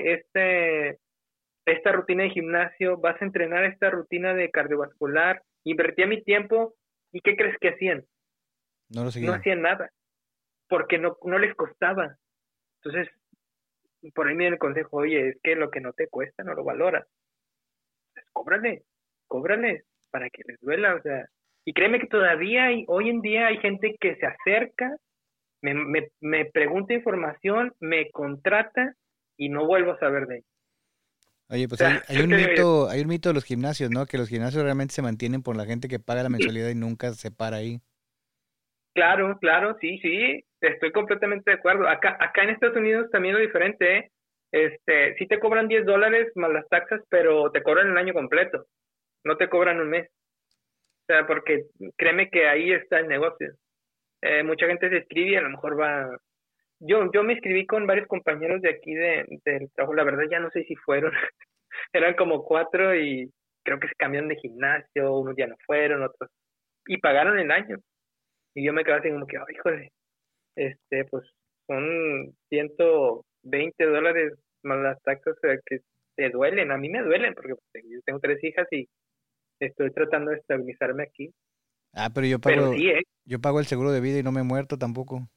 Speaker 2: esta rutina de gimnasio, vas a entrenar esta rutina de cardiovascular, invertía mi tiempo, ¿y qué crees que hacían?
Speaker 1: No lo
Speaker 2: No
Speaker 1: seguían.
Speaker 2: hacían nada, porque no les costaba. Entonces, por ahí me dio el consejo, oye, es que lo que no te cuesta no lo valoras. Pues cóbrale para que les duela, o sea. Y créeme que todavía hoy en día hay gente que se acerca, me pregunta información, me contrata y no vuelvo a saber de él.
Speaker 1: Oye,
Speaker 2: O
Speaker 1: pues
Speaker 2: sea,
Speaker 1: hay un mito de los gimnasios, ¿no? Que los gimnasios realmente se mantienen por la gente que paga la mensualidad y nunca se para ahí.
Speaker 2: claro, sí, estoy completamente de acuerdo. Acá en Estados Unidos también lo diferente, ¿eh? Sí te cobran $10 más las taxas, pero te cobran el año completo, no te cobran un mes. O sea, porque créeme que ahí está el negocio. Mucha gente se inscribe y a lo mejor va. Yo me inscribí con varios compañeros de aquí del trabajo, la verdad ya no sé si fueron, eran como 4 y creo que se cambiaron de gimnasio, unos ya no fueron, otros, y pagaron el año. Y yo me quedé así como que, ay, híjole, pues son $120 más las taxas, o sea, que te duelen, a mí me duelen, porque pues, yo tengo 3 hijas y estoy tratando de estabilizarme aquí.
Speaker 1: Ah, pero yo
Speaker 2: Pero
Speaker 1: pago,
Speaker 2: sí, ¿eh?
Speaker 1: yo pago el seguro de vida y no me he muerto tampoco.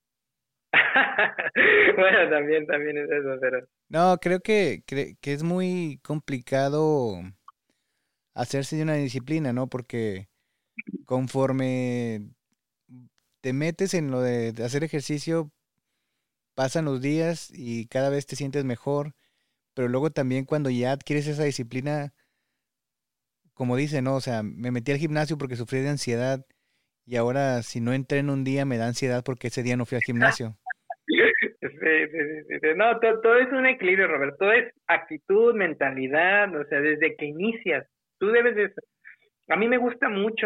Speaker 2: Bueno, también es eso, pero
Speaker 1: No, creo que es muy complicado hacerse de una disciplina, ¿no? Porque conforme te metes en lo de hacer ejercicio, pasan los días y cada vez te sientes mejor, pero luego también cuando ya adquieres esa disciplina, como dice, ¿no? O sea, me metí al gimnasio porque sufrí de ansiedad y ahora si no entreno un día me da ansiedad porque ese día no fui al gimnasio.
Speaker 2: Sí, sí, sí, sí. No, todo es un equilibrio, Robert. Todo es actitud, mentalidad, o sea, desde que inicias, tú debes de... A mí me gusta mucho,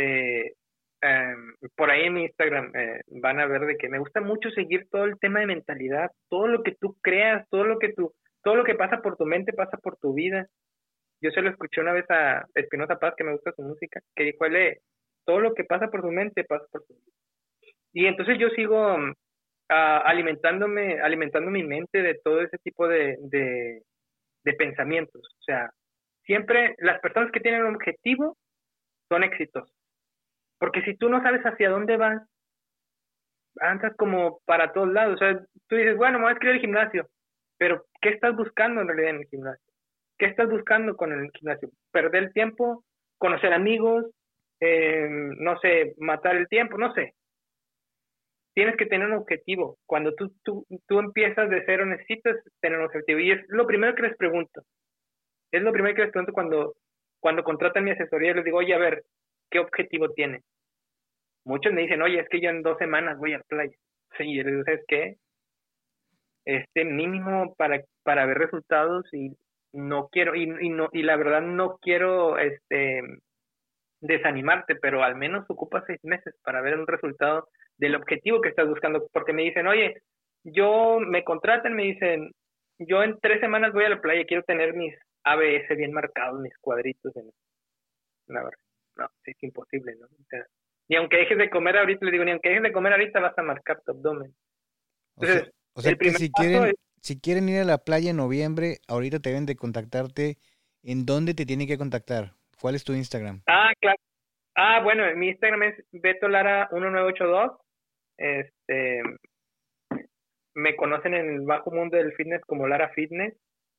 Speaker 2: por ahí en mi Instagram van a ver de que me gusta mucho seguir todo el tema de mentalidad, todo lo que tú creas, todo lo que pasa por tu mente pasa por tu vida. Yo se lo escuché una vez a Espinoza Paz, que me gusta su música, que dijo, todo lo que pasa por tu mente pasa por tu vida. Y entonces yo sigo alimentando mi mente de todo ese tipo de pensamientos. O sea, siempre las personas que tienen un objetivo son exitosas. Porque si tú no sabes hacia dónde vas, andas como para todos lados. O sea, tú dices, bueno, me voy a escribir al gimnasio, pero ¿qué estás buscando en realidad en el gimnasio? ¿Qué estás buscando con el gimnasio? ¿Perder el tiempo? ¿Conocer amigos? No sé, matar el tiempo, no sé. Tienes que tener un objetivo. Cuando tú empiezas de cero, necesitas tener un objetivo. Y es lo primero que les pregunto. Es lo primero que les pregunto cuando contratan mi asesoría. Les digo, oye, a ver, ¿qué objetivo tiene? Muchos me dicen, oye, es que yo en 2 semanas voy a la playa. Sí, y les digo, ¿sabes qué? Mínimo para ver resultados y no quiero, y la verdad no quiero, desanimarte, pero al menos ocupa 6 meses para ver un resultado del objetivo que estás buscando, porque me dicen, oye, me contratan, me dicen, yo en 3 semanas voy a la playa, quiero tener mis ABS bien marcados, mis cuadritos la verdad, no, sí, es imposible, ¿no? O sea, ni aunque dejes de comer ahorita, le digo, ni aunque dejes de comer ahorita vas a marcar tu abdomen.
Speaker 1: O sea,
Speaker 2: Entonces,
Speaker 1: o sea
Speaker 2: el
Speaker 1: que
Speaker 2: primer paso es,
Speaker 1: si quieren ir a la playa en noviembre, ahorita te deben de contactarte. ¿En dónde te tienen que contactar? ¿Cuál es tu Instagram?
Speaker 2: claro. Bueno, mi Instagram es betolara1982. Este, me conocen en el bajo mundo del fitness como Lara Fitness.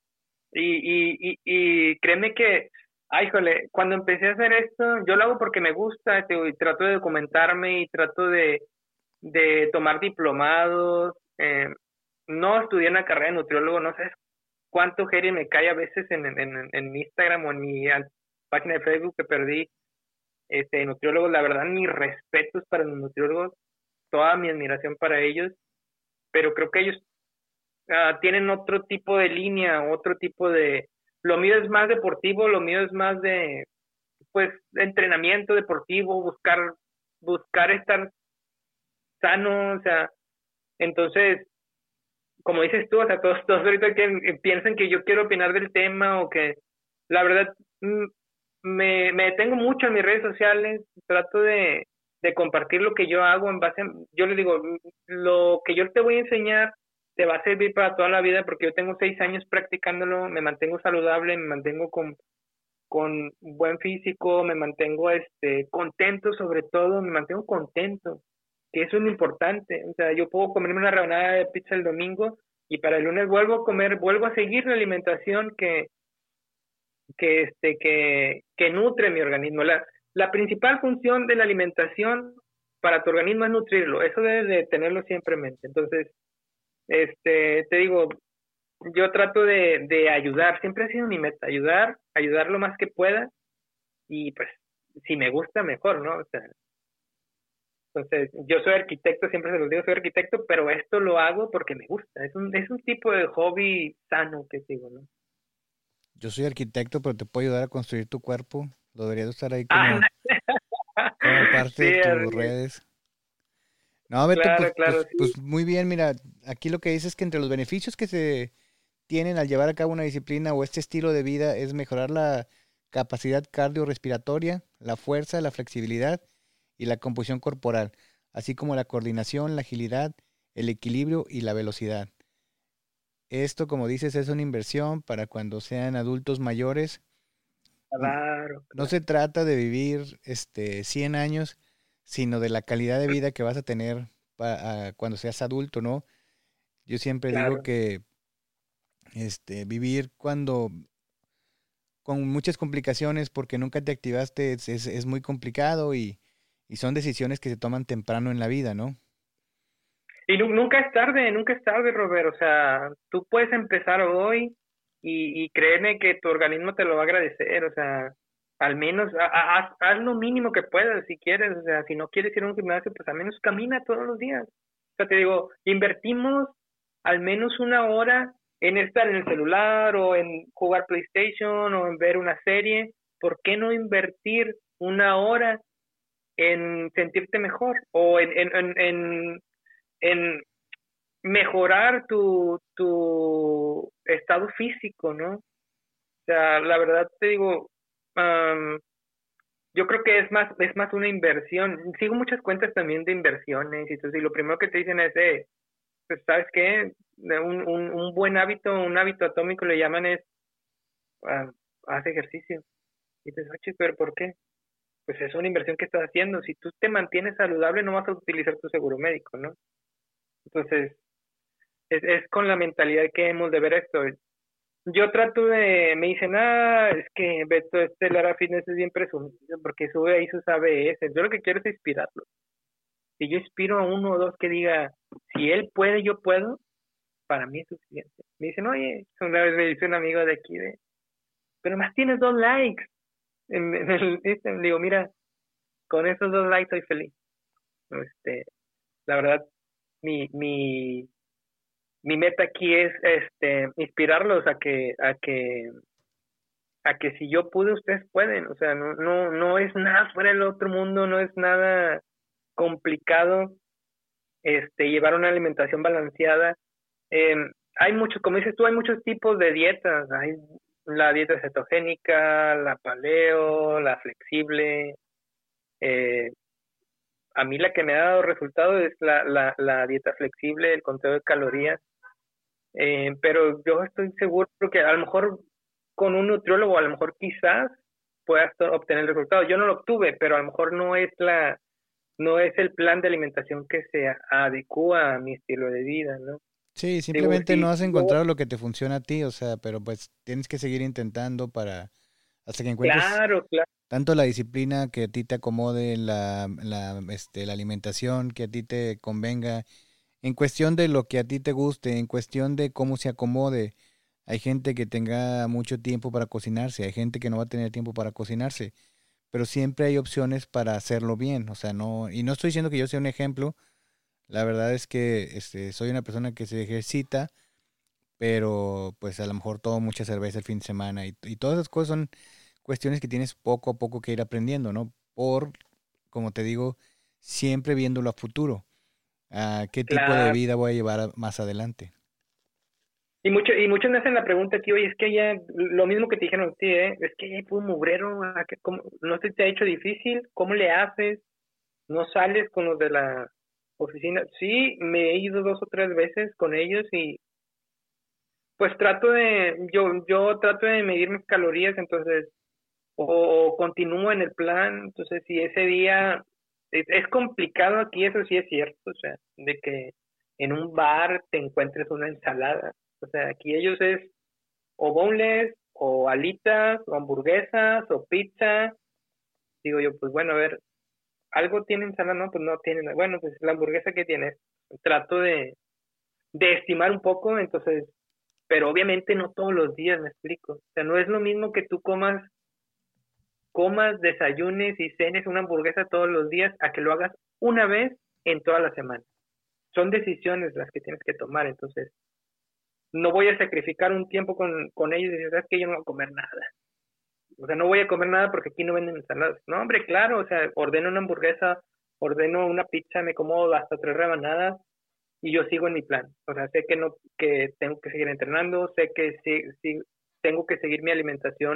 Speaker 2: Y créeme que, ay, jole, cuando empecé a hacer esto, yo lo hago porque me gusta, y trato de documentarme y trato de tomar diplomados. No estudié una carrera de nutriólogo, no sé cuánto hate me cae a veces en mi Instagram o en mi página de Facebook que perdí nutriólogos. La verdad, mis respetos para los nutriólogos, toda mi admiración para ellos, pero creo que ellos tienen otro tipo de línea, otro tipo de... Lo mío es más deportivo, lo mío es más de, pues, entrenamiento deportivo, buscar estar sano, o sea, entonces, como dices tú, o sea, todos ahorita que piensan que yo quiero opinar del tema o que, la verdad, me detengo mucho en mis redes sociales, trato de compartir lo que yo hago yo les digo, lo que yo te voy a enseñar te va a servir para toda la vida porque yo tengo 6 años practicándolo, me mantengo saludable, me mantengo con buen físico, me mantengo contento sobre todo, me mantengo contento, que eso es lo importante. O sea, yo puedo comerme una rebanada de pizza el domingo y para el lunes vuelvo a seguir la alimentación que nutre mi organismo. La principal función de la alimentación para tu organismo es nutrirlo, eso debes de tenerlo siempre en mente. Entonces, te digo, yo trato de ayudar, siempre ha sido mi meta, ayudar lo más que pueda y pues si me gusta mejor, ¿no? O sea, entonces yo soy arquitecto, siempre se los digo, soy arquitecto, pero esto lo hago porque me gusta, es un tipo de hobby sano que sigo, ¿no?
Speaker 1: Yo soy arquitecto, pero te puedo ayudar a construir tu cuerpo. Lo deberías usar ahí
Speaker 2: Ah,
Speaker 1: como parte
Speaker 2: sí,
Speaker 1: de tus
Speaker 2: así es.
Speaker 1: redes. No, Beto,
Speaker 2: Claro, claro, sí.
Speaker 1: pues muy bien, mira, aquí lo que dices es que entre los beneficios que se tienen al llevar a cabo una disciplina o este estilo de vida es mejorar la capacidad cardiorrespiratoria, la fuerza, la flexibilidad y la composición corporal, así como la coordinación, la agilidad, el equilibrio y la velocidad. Esto, como dices, es una inversión para cuando sean adultos mayores. N-
Speaker 2: Claro,
Speaker 1: No
Speaker 2: claro,
Speaker 1: se trata de vivir 100 años, sino de la calidad de vida que vas a tener cuando seas adulto, ¿no? Yo siempre digo
Speaker 2: claro.
Speaker 1: que vivir cuando con muchas complicaciones porque nunca te activaste es muy complicado y Y son decisiones que se toman temprano en la vida, ¿no?
Speaker 2: Y nunca es tarde, Robert. O sea, tú puedes empezar hoy y créeme que tu organismo te lo va a agradecer. O sea, al menos haz lo mínimo que puedas si quieres. O sea, si no quieres ir a un gimnasio, pues al menos camina todos los días. O sea, te digo, invertimos al menos una hora en estar en el celular o en jugar PlayStation o en ver una serie. ¿Por qué no invertir una hora en sentirte mejor o en mejorar tu estado físico, ¿no? O sea, la verdad te digo, yo creo que es más una inversión. Sigo muchas cuentas también de inversiones y entonces, y lo primero que te dicen es, pues, ¿sabes qué? Un buen hábito, un hábito atómico le llaman es, ah, haz ejercicio. Y dices, oye, pero ¿por qué? Pues es una inversión que estás haciendo. Si tú te mantienes saludable, no vas a utilizar tu seguro médico, ¿no? Entonces, es con la mentalidad que hemos de ver esto. Yo trato me dicen, es que Beto Lara Fitness es bien presumido porque sube ahí sus ABS. Yo lo que quiero es inspirarlo. Si yo inspiro a uno o dos que diga, si él puede, yo puedo, para mí es suficiente. Me dicen, oye, una vez me dice un amigo de aquí, pero más tienes 2 likes. Le digo, mira, con esos 2 likes soy feliz. La verdad, mi, mi, mi meta aquí es inspirarlos a que si yo pude ustedes pueden. O sea, no es nada fuera del otro mundo, no es nada complicado llevar una alimentación balanceada. eh, Hay muchos, como dices tú, hay muchos tipos de dietas. Hay la dieta cetogénica, la paleo, la flexible. eh, a mí la que me ha dado resultado es la dieta flexible, el conteo de calorías. Pero yo estoy seguro que a lo mejor con un nutriólogo, a lo mejor quizás puedas obtener el resultado. Yo no lo obtuve, pero a lo mejor no es el plan de alimentación que se adecua a mi estilo de vida, ¿no?
Speaker 1: Sí,
Speaker 2: Digo,
Speaker 1: simplemente no
Speaker 2: sí,
Speaker 1: has encontrado lo que te funciona a ti, o sea, pero pues tienes que seguir intentando para hasta que encuentres
Speaker 2: claro, claro,
Speaker 1: tanto la disciplina que a ti te acomode, la alimentación que a ti te convenga, en cuestión de lo que a ti te guste, en cuestión de cómo se acomode. Hay gente que tenga mucho tiempo para cocinarse, hay gente que no va a tener tiempo para cocinarse, pero siempre hay opciones para hacerlo bien, o sea, no, y no estoy diciendo que yo sea un ejemplo, la verdad es que soy una persona que se ejercita, pero pues a lo mejor tomo mucha cerveza el fin de semana y todas esas cosas son cuestiones que tienes poco a poco que ir aprendiendo, ¿no? Como te digo, siempre viéndolo a futuro, a qué tipo de
Speaker 2: claro.
Speaker 1: vida voy a llevar más adelante.
Speaker 2: Y muchos me hacen la pregunta aquí, oye, es que ya, lo mismo que te dijeron a ti, es que ya hay un mugrero, no se te ha hecho difícil, ¿cómo le haces? ¿No sales con los de la oficina? Sí, me he ido 2 o 3 veces con ellos y pues yo trato de medir mis calorías, entonces, o continúo en el plan, entonces si ese día, es complicado aquí, eso sí es cierto, o sea, de que en un bar te encuentres una ensalada, o sea, aquí ellos es o boneless, o alitas, o hamburguesas, o pizza, digo yo, pues bueno, a ver, algo tiene ensalada, no, pues no tiene, bueno, pues la hamburguesa que tiene, trato de estimar un poco, entonces, pero obviamente no todos los días, me explico. O sea, no es lo mismo que tú comas, desayunes y cenes una hamburguesa todos los días a que lo hagas una vez en toda la semana. Son decisiones las que tienes que tomar, entonces, no voy a sacrificar un tiempo con ellos y decir, sabes que yo no voy a comer nada. O sea, no voy a comer nada porque aquí no venden ensaladas. No, hombre, claro, o sea, ordeno una hamburguesa, ordeno una pizza, me como hasta 3 rebanadas y yo sigo en mi plan. O sea, sé que no, que tengo que seguir entrenando, sé que sí tengo que seguir mi alimentación,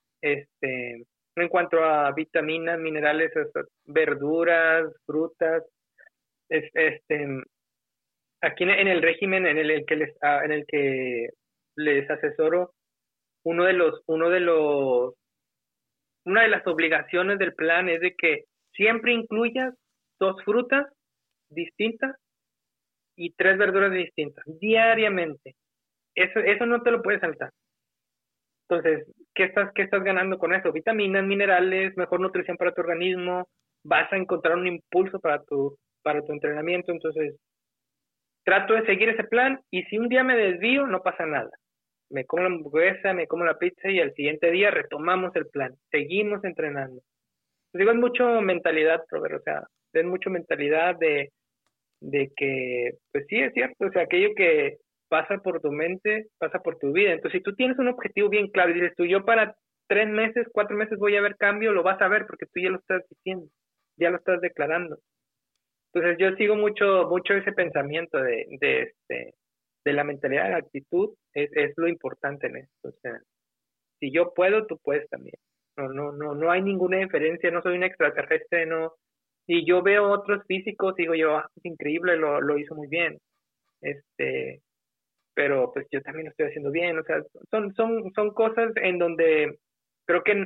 Speaker 2: en cuanto a vitaminas, minerales, verduras, frutas, es, este, aquí en el régimen en el que les asesoro, uno de los, una de las obligaciones del plan es de que siempre incluyas 2 frutas distintas y 3 verduras distintas diariamente. Eso no te lo puedes saltar. Entonces, qué estás ganando con eso? Vitaminas, minerales, mejor nutrición para tu organismo, vas a encontrar un impulso para tu entrenamiento. Entonces, trato de seguir ese plan y si un día me desvío, no pasa nada. Me como la hamburguesa, me como la pizza y al siguiente día retomamos el plan, seguimos entrenando. Pues digo, es mucho mentalidad, Robert, o sea, es mucho mentalidad de que, pues sí, es cierto, o sea, aquello que pasa por tu mente, pasa por tu vida. Entonces, si tú tienes un objetivo bien claro y dices tú, yo para 3 meses, 4 meses voy a ver cambio, lo vas a ver porque tú ya lo estás diciendo, ya lo estás declarando. Entonces, yo sigo mucho ese pensamiento de la mentalidad, de la actitud, es lo importante en esto. O sea, si yo puedo, tú puedes también. No hay ninguna diferencia, no soy un extraterrestre, no. Y yo veo otros físicos, digo yo, es increíble, lo hizo muy bien. Este, pero pues yo también lo estoy haciendo bien, o sea, son cosas en donde creo que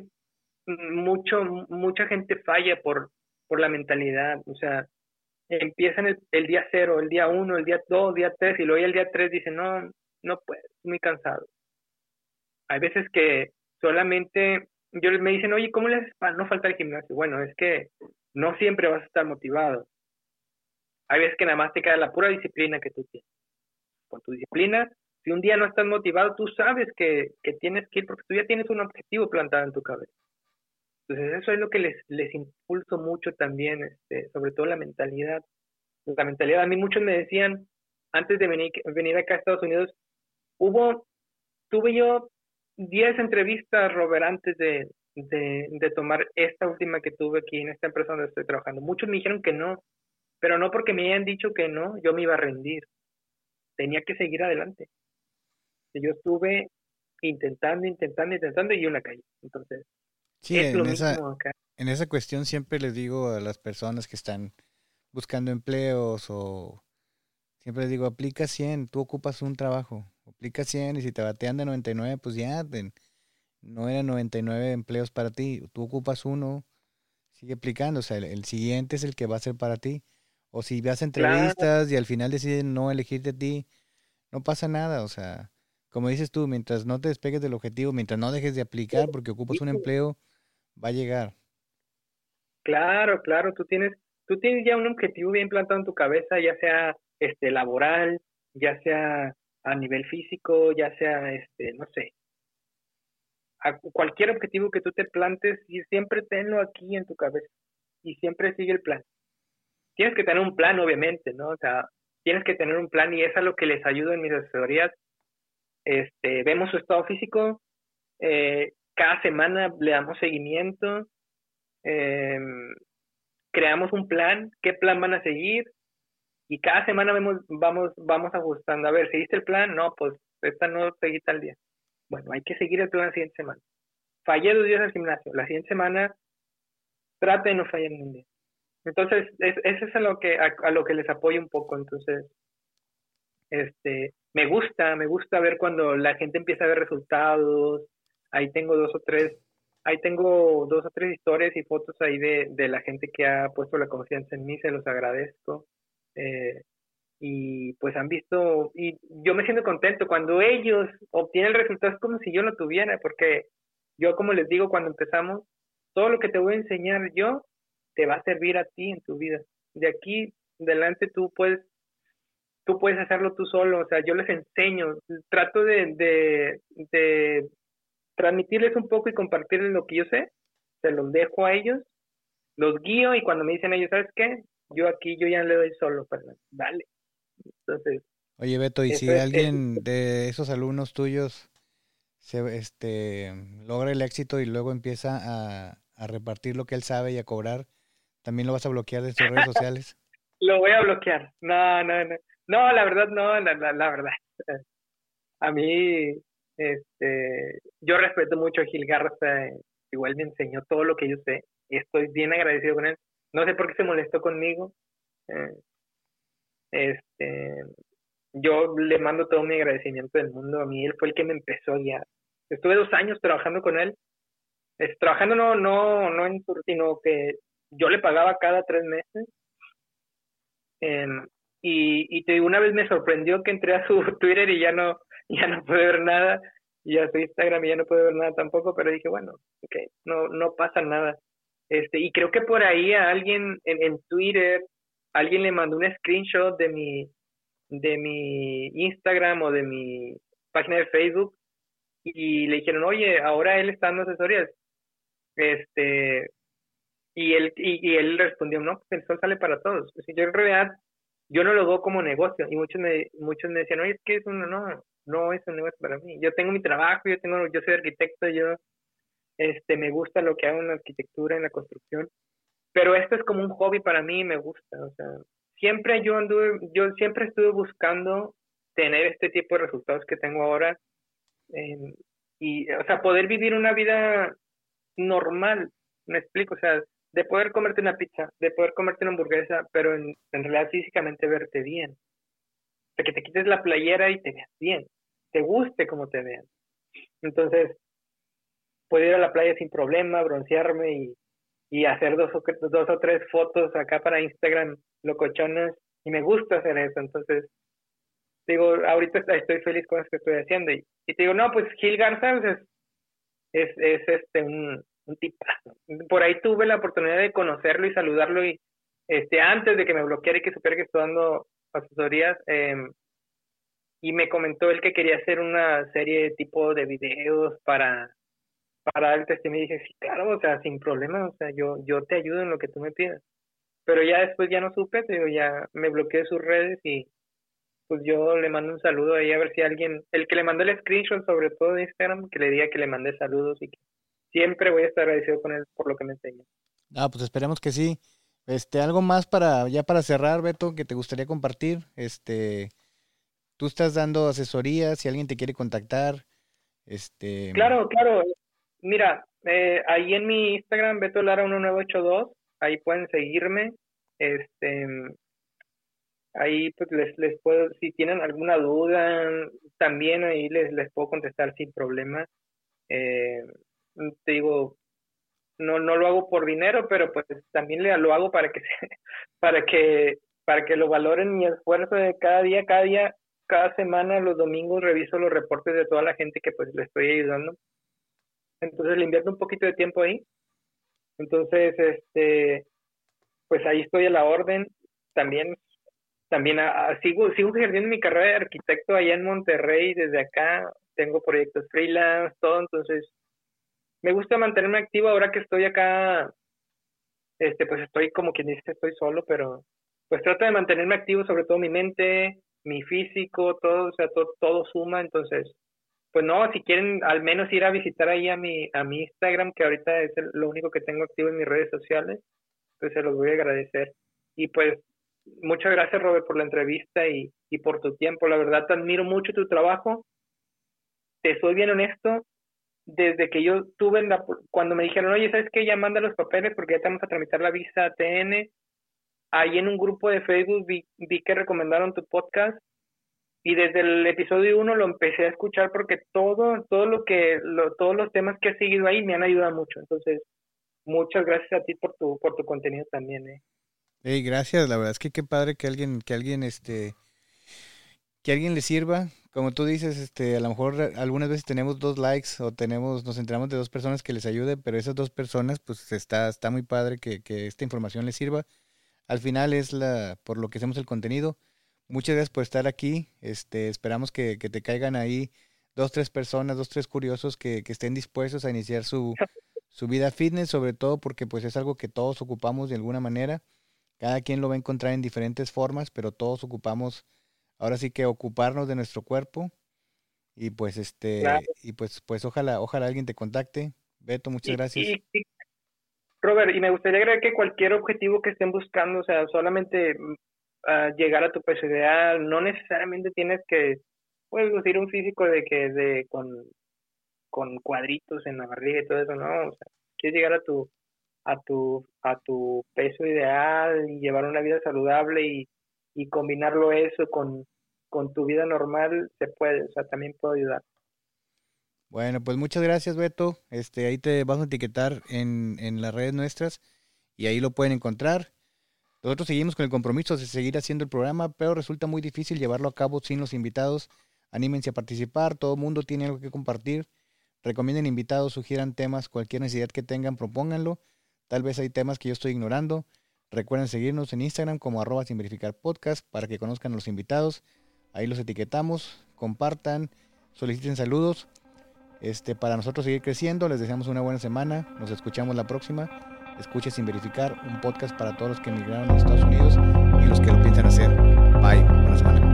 Speaker 2: mucha gente falla por la mentalidad, o sea, empiezan el día cero, el día uno, el día dos, el día tres, y luego ya el día tres dicen, no puedo, estoy muy cansado. Hay veces que solamente me dicen, oye, ¿cómo le haces para no faltar al gimnasio? Bueno, es que no siempre vas a estar motivado. Hay veces que nada más te queda la pura disciplina que tú tienes. Con tu disciplina, si un día no estás motivado, tú sabes que tienes que ir porque tú ya tienes un objetivo plantado en tu cabeza. Entonces eso es lo que les impulso mucho también, sobre todo la mentalidad. La mentalidad, a mí muchos me decían, antes de venir acá a Estados Unidos, tuve yo 10 entrevistas, Robert, antes de tomar esta última que tuve aquí en esta empresa donde estoy trabajando. Muchos me dijeron que no, pero no porque me hayan dicho que no, yo me iba a rendir. Tenía que seguir adelante. Yo estuve intentando y una caí. Entonces,
Speaker 1: Sí,
Speaker 2: es lo mismo acá.
Speaker 1: en esa cuestión siempre les digo a las personas que están buscando empleos o siempre les digo, aplica 100, tú ocupas un trabajo, aplica 100 y si te batean de 99, pues ya, no eran 99 empleos para ti, tú ocupas uno, sigue aplicando, o sea, el siguiente es el que va a ser para ti. O si vas a
Speaker 2: Claro,
Speaker 1: entrevistas y al final deciden no elegirte a ti, no pasa nada, o sea, como dices tú, mientras no te despegues del objetivo, mientras no dejes de aplicar porque ocupas
Speaker 2: sí,
Speaker 1: un empleo, va a llegar.
Speaker 2: claro, tú tienes ya un objetivo bien plantado en tu cabeza, ya sea laboral, ya sea a nivel físico, ya sea no sé, a cualquier objetivo que tú te plantes y siempre tenlo aquí en tu cabeza y siempre sigue el plan. Tienes que tener un plan, obviamente, ¿no? O sea, tienes que tener un plan y es a lo que les ayudo en mis asesorías. Vemos su estado físico, cada semana le damos seguimiento, eh, creamos un plan, qué plan van a seguir y cada semana vamos ajustando. A ver, ¿seguiste el plan? No, pues esta no seguí tal día. Bueno, hay que seguir el plan la siguiente semana. Fallé 2 días al gimnasio. La siguiente semana trate de no fallar ni un día. Entonces, eso es a lo que les apoyo un poco. Entonces, me gusta ver cuando la gente empieza a ver resultados. Ahí tengo dos o tres historias y fotos ahí de la gente que ha puesto la confianza en mí, se los agradezco. Eh, y pues han visto, y yo me siento contento cuando ellos obtienen el resultado, es como si yo lo tuviera, porque yo, como les digo cuando empezamos, todo lo que te voy a enseñar yo te va a servir a ti en tu vida. De aquí en adelante tú puedes hacerlo tú solo, o sea, yo les enseño, trato de transmitirles un poco y compartirles lo que yo sé, se los dejo a ellos, los guío y cuando me dicen ellos, ¿sabes qué? Yo ya le doy solo, perdón, dale. Entonces,
Speaker 1: Oye, Beto, y
Speaker 2: eso
Speaker 1: si
Speaker 2: es
Speaker 1: alguien de esos alumnos tuyos logra el éxito y luego empieza a repartir lo que él sabe y a cobrar, ¿también lo vas a bloquear de tus redes sociales?
Speaker 2: lo voy a bloquear. No, la verdad no, la verdad. A mí, yo respeto mucho a Gil Garza, igual me enseñó todo lo que yo sé y estoy bien agradecido con él. No sé por qué se molestó conmigo. eh, este, yo le mando todo mi agradecimiento del mundo. A mí él fue el que me empezó a guiar. Estuve 2 años trabajando con él, trabajando no en turno, sino que yo le pagaba cada 3 meses. Y te digo, una vez me sorprendió que entré a su Twitter y ya no pude ver nada, y a su Instagram y ya no pude ver nada tampoco, pero dije, bueno, ok, no pasa nada. Y creo que por ahí a alguien en Twitter, alguien le mandó un screenshot de mi Instagram o de mi página de Facebook y le dijeron, oye, ahora él está dando asesorías. Este, y él respondió, no, pues el sol sale para todos. Pues, yo en realidad, yo no lo veo como negocio. Y muchos me decían, oye, es que no es un negocio para mí. Yo tengo mi trabajo, yo soy arquitecto, me gusta lo que hago en la arquitectura, en la construcción. Pero esto es como un hobby para mí y me gusta. O sea, yo siempre estuve buscando tener este tipo de resultados que tengo ahora. eh, o sea, poder vivir una vida normal, me explico, o sea, de poder comerte una pizza, de poder comerte una hamburguesa, pero en realidad físicamente verte bien, de que te quites la playera y te veas bien, te guste como te vean. Entonces, puedo ir a la playa sin problema, broncearme y hacer dos o tres fotos acá para Instagram locochonas, y me gusta hacer eso. Entonces, digo, ahorita estoy feliz con lo que estoy haciendo, y te digo, no, pues Gil Garza pues, un tipazo. Por ahí tuve la oportunidad de conocerlo y saludarlo y antes de que me bloqueara y que supiera que estoy dando asesorías, y me comentó él que quería hacer una serie de tipo de videos para dar el testimonio y dije, sí, claro, o sea, sin problema, o sea, yo te ayudo en lo que tú me pidas. Pero ya después ya no supe, te digo, ya me bloqueé de sus redes y pues yo le mando un saludo ahí a ver si alguien, el que le mandó el screenshot sobre todo de Instagram, que le diga que le mandé saludos y que siempre voy a estar agradecido con él por lo que me enseña.
Speaker 1: Ah, pues esperemos que sí. Algo más ya para cerrar, Beto, que te gustaría compartir. Tú estás dando asesorías, si alguien te quiere contactar, este,
Speaker 2: Claro, claro. Mira, ahí en mi Instagram, Beto Lara 1982, ahí pueden seguirme. Este, ahí pues les puedo, si tienen alguna duda, también ahí les puedo contestar sin problema. Eh, Te digo, no lo hago por dinero, pero pues también lo hago para que para para que lo valoren mi esfuerzo de cada día, cada semana, los domingos reviso los reportes de toda la gente que pues le estoy ayudando. Entonces le invierto un poquito de tiempo ahí. Entonces, pues ahí estoy a la orden. También, sigo ejerciendo mi carrera de arquitecto allá en Monterrey desde acá. Tengo proyectos freelance, todo. Entonces, me gusta mantenerme activo ahora que estoy acá. Pues estoy como quien dice, estoy solo, pero pues trato de mantenerme activo, sobre todo mi mente, mi físico, todo, o sea, todo suma. Entonces, pues no, si quieren al menos ir a visitar ahí a mi Instagram, que ahorita es lo único que tengo activo en mis redes sociales, pues se los voy a agradecer. Y pues muchas gracias, Robert, por la entrevista y por tu tiempo. La verdad, te admiro mucho tu trabajo. Te soy bien honesto. Desde que yo cuando me dijeron, oye, ¿sabes qué? Ya manda los papeles porque ya te vamos a tramitar la visa TN. Ahí en un grupo de Facebook vi que recomendaron tu podcast y desde el episodio 1 lo empecé a escuchar porque todos los temas que has seguido ahí me han ayudado mucho. Entonces, muchas gracias a ti por tu contenido también, eh.
Speaker 1: hey, gracias, la verdad es que qué padre que alguien le sirva. Como tú dices, a lo mejor algunas veces tenemos 2 likes o nos enteramos de 2 personas que les ayude, pero esas 2 personas, pues está muy padre que esta información les sirva. Al final es por lo que hacemos el contenido. Muchas gracias por estar aquí. Esperamos que te caigan ahí 2, 3 personas, 2, 3 curiosos que estén dispuestos a iniciar su vida fitness, sobre todo porque pues es algo que todos ocupamos de alguna manera. Cada quien lo va a encontrar en diferentes formas, pero todos ocupamos, ahora sí que ocuparnos de nuestro cuerpo. Y pues
Speaker 2: Claro.
Speaker 1: pues ojalá alguien te contacte. Beto, muchas gracias.
Speaker 2: Y Robert, y me gustaría agregar que cualquier objetivo que estén buscando, o sea, solamente llegar a tu peso ideal, no necesariamente tienes que, pues, lucir un físico con cuadritos en la barriga y todo eso, no, o sea, quieres llegar a tu peso ideal y llevar una vida saludable y combinarlo eso con tu vida normal, se puede, o sea, también puedo ayudar.
Speaker 1: Bueno, pues muchas gracias, Beto. Ahí te vamos a etiquetar en las redes nuestras y ahí lo pueden encontrar. Nosotros seguimos con el compromiso de seguir haciendo el programa, pero resulta muy difícil llevarlo a cabo sin los invitados. Anímense a participar, todo el mundo tiene algo que compartir. Recomienden invitados, sugieran temas, cualquier necesidad que tengan, propónganlo. Tal vez hay temas que yo estoy ignorando. Recuerden seguirnos en Instagram como @sinverificarpodcast para que conozcan a los invitados. Ahí los etiquetamos, compartan, soliciten saludos. Para nosotros seguir creciendo, les deseamos una buena semana. Nos escuchamos la próxima. Escuche Sin Verificar, un podcast para todos los que emigraron a Estados Unidos y los que lo piensan hacer. Bye, buena semana.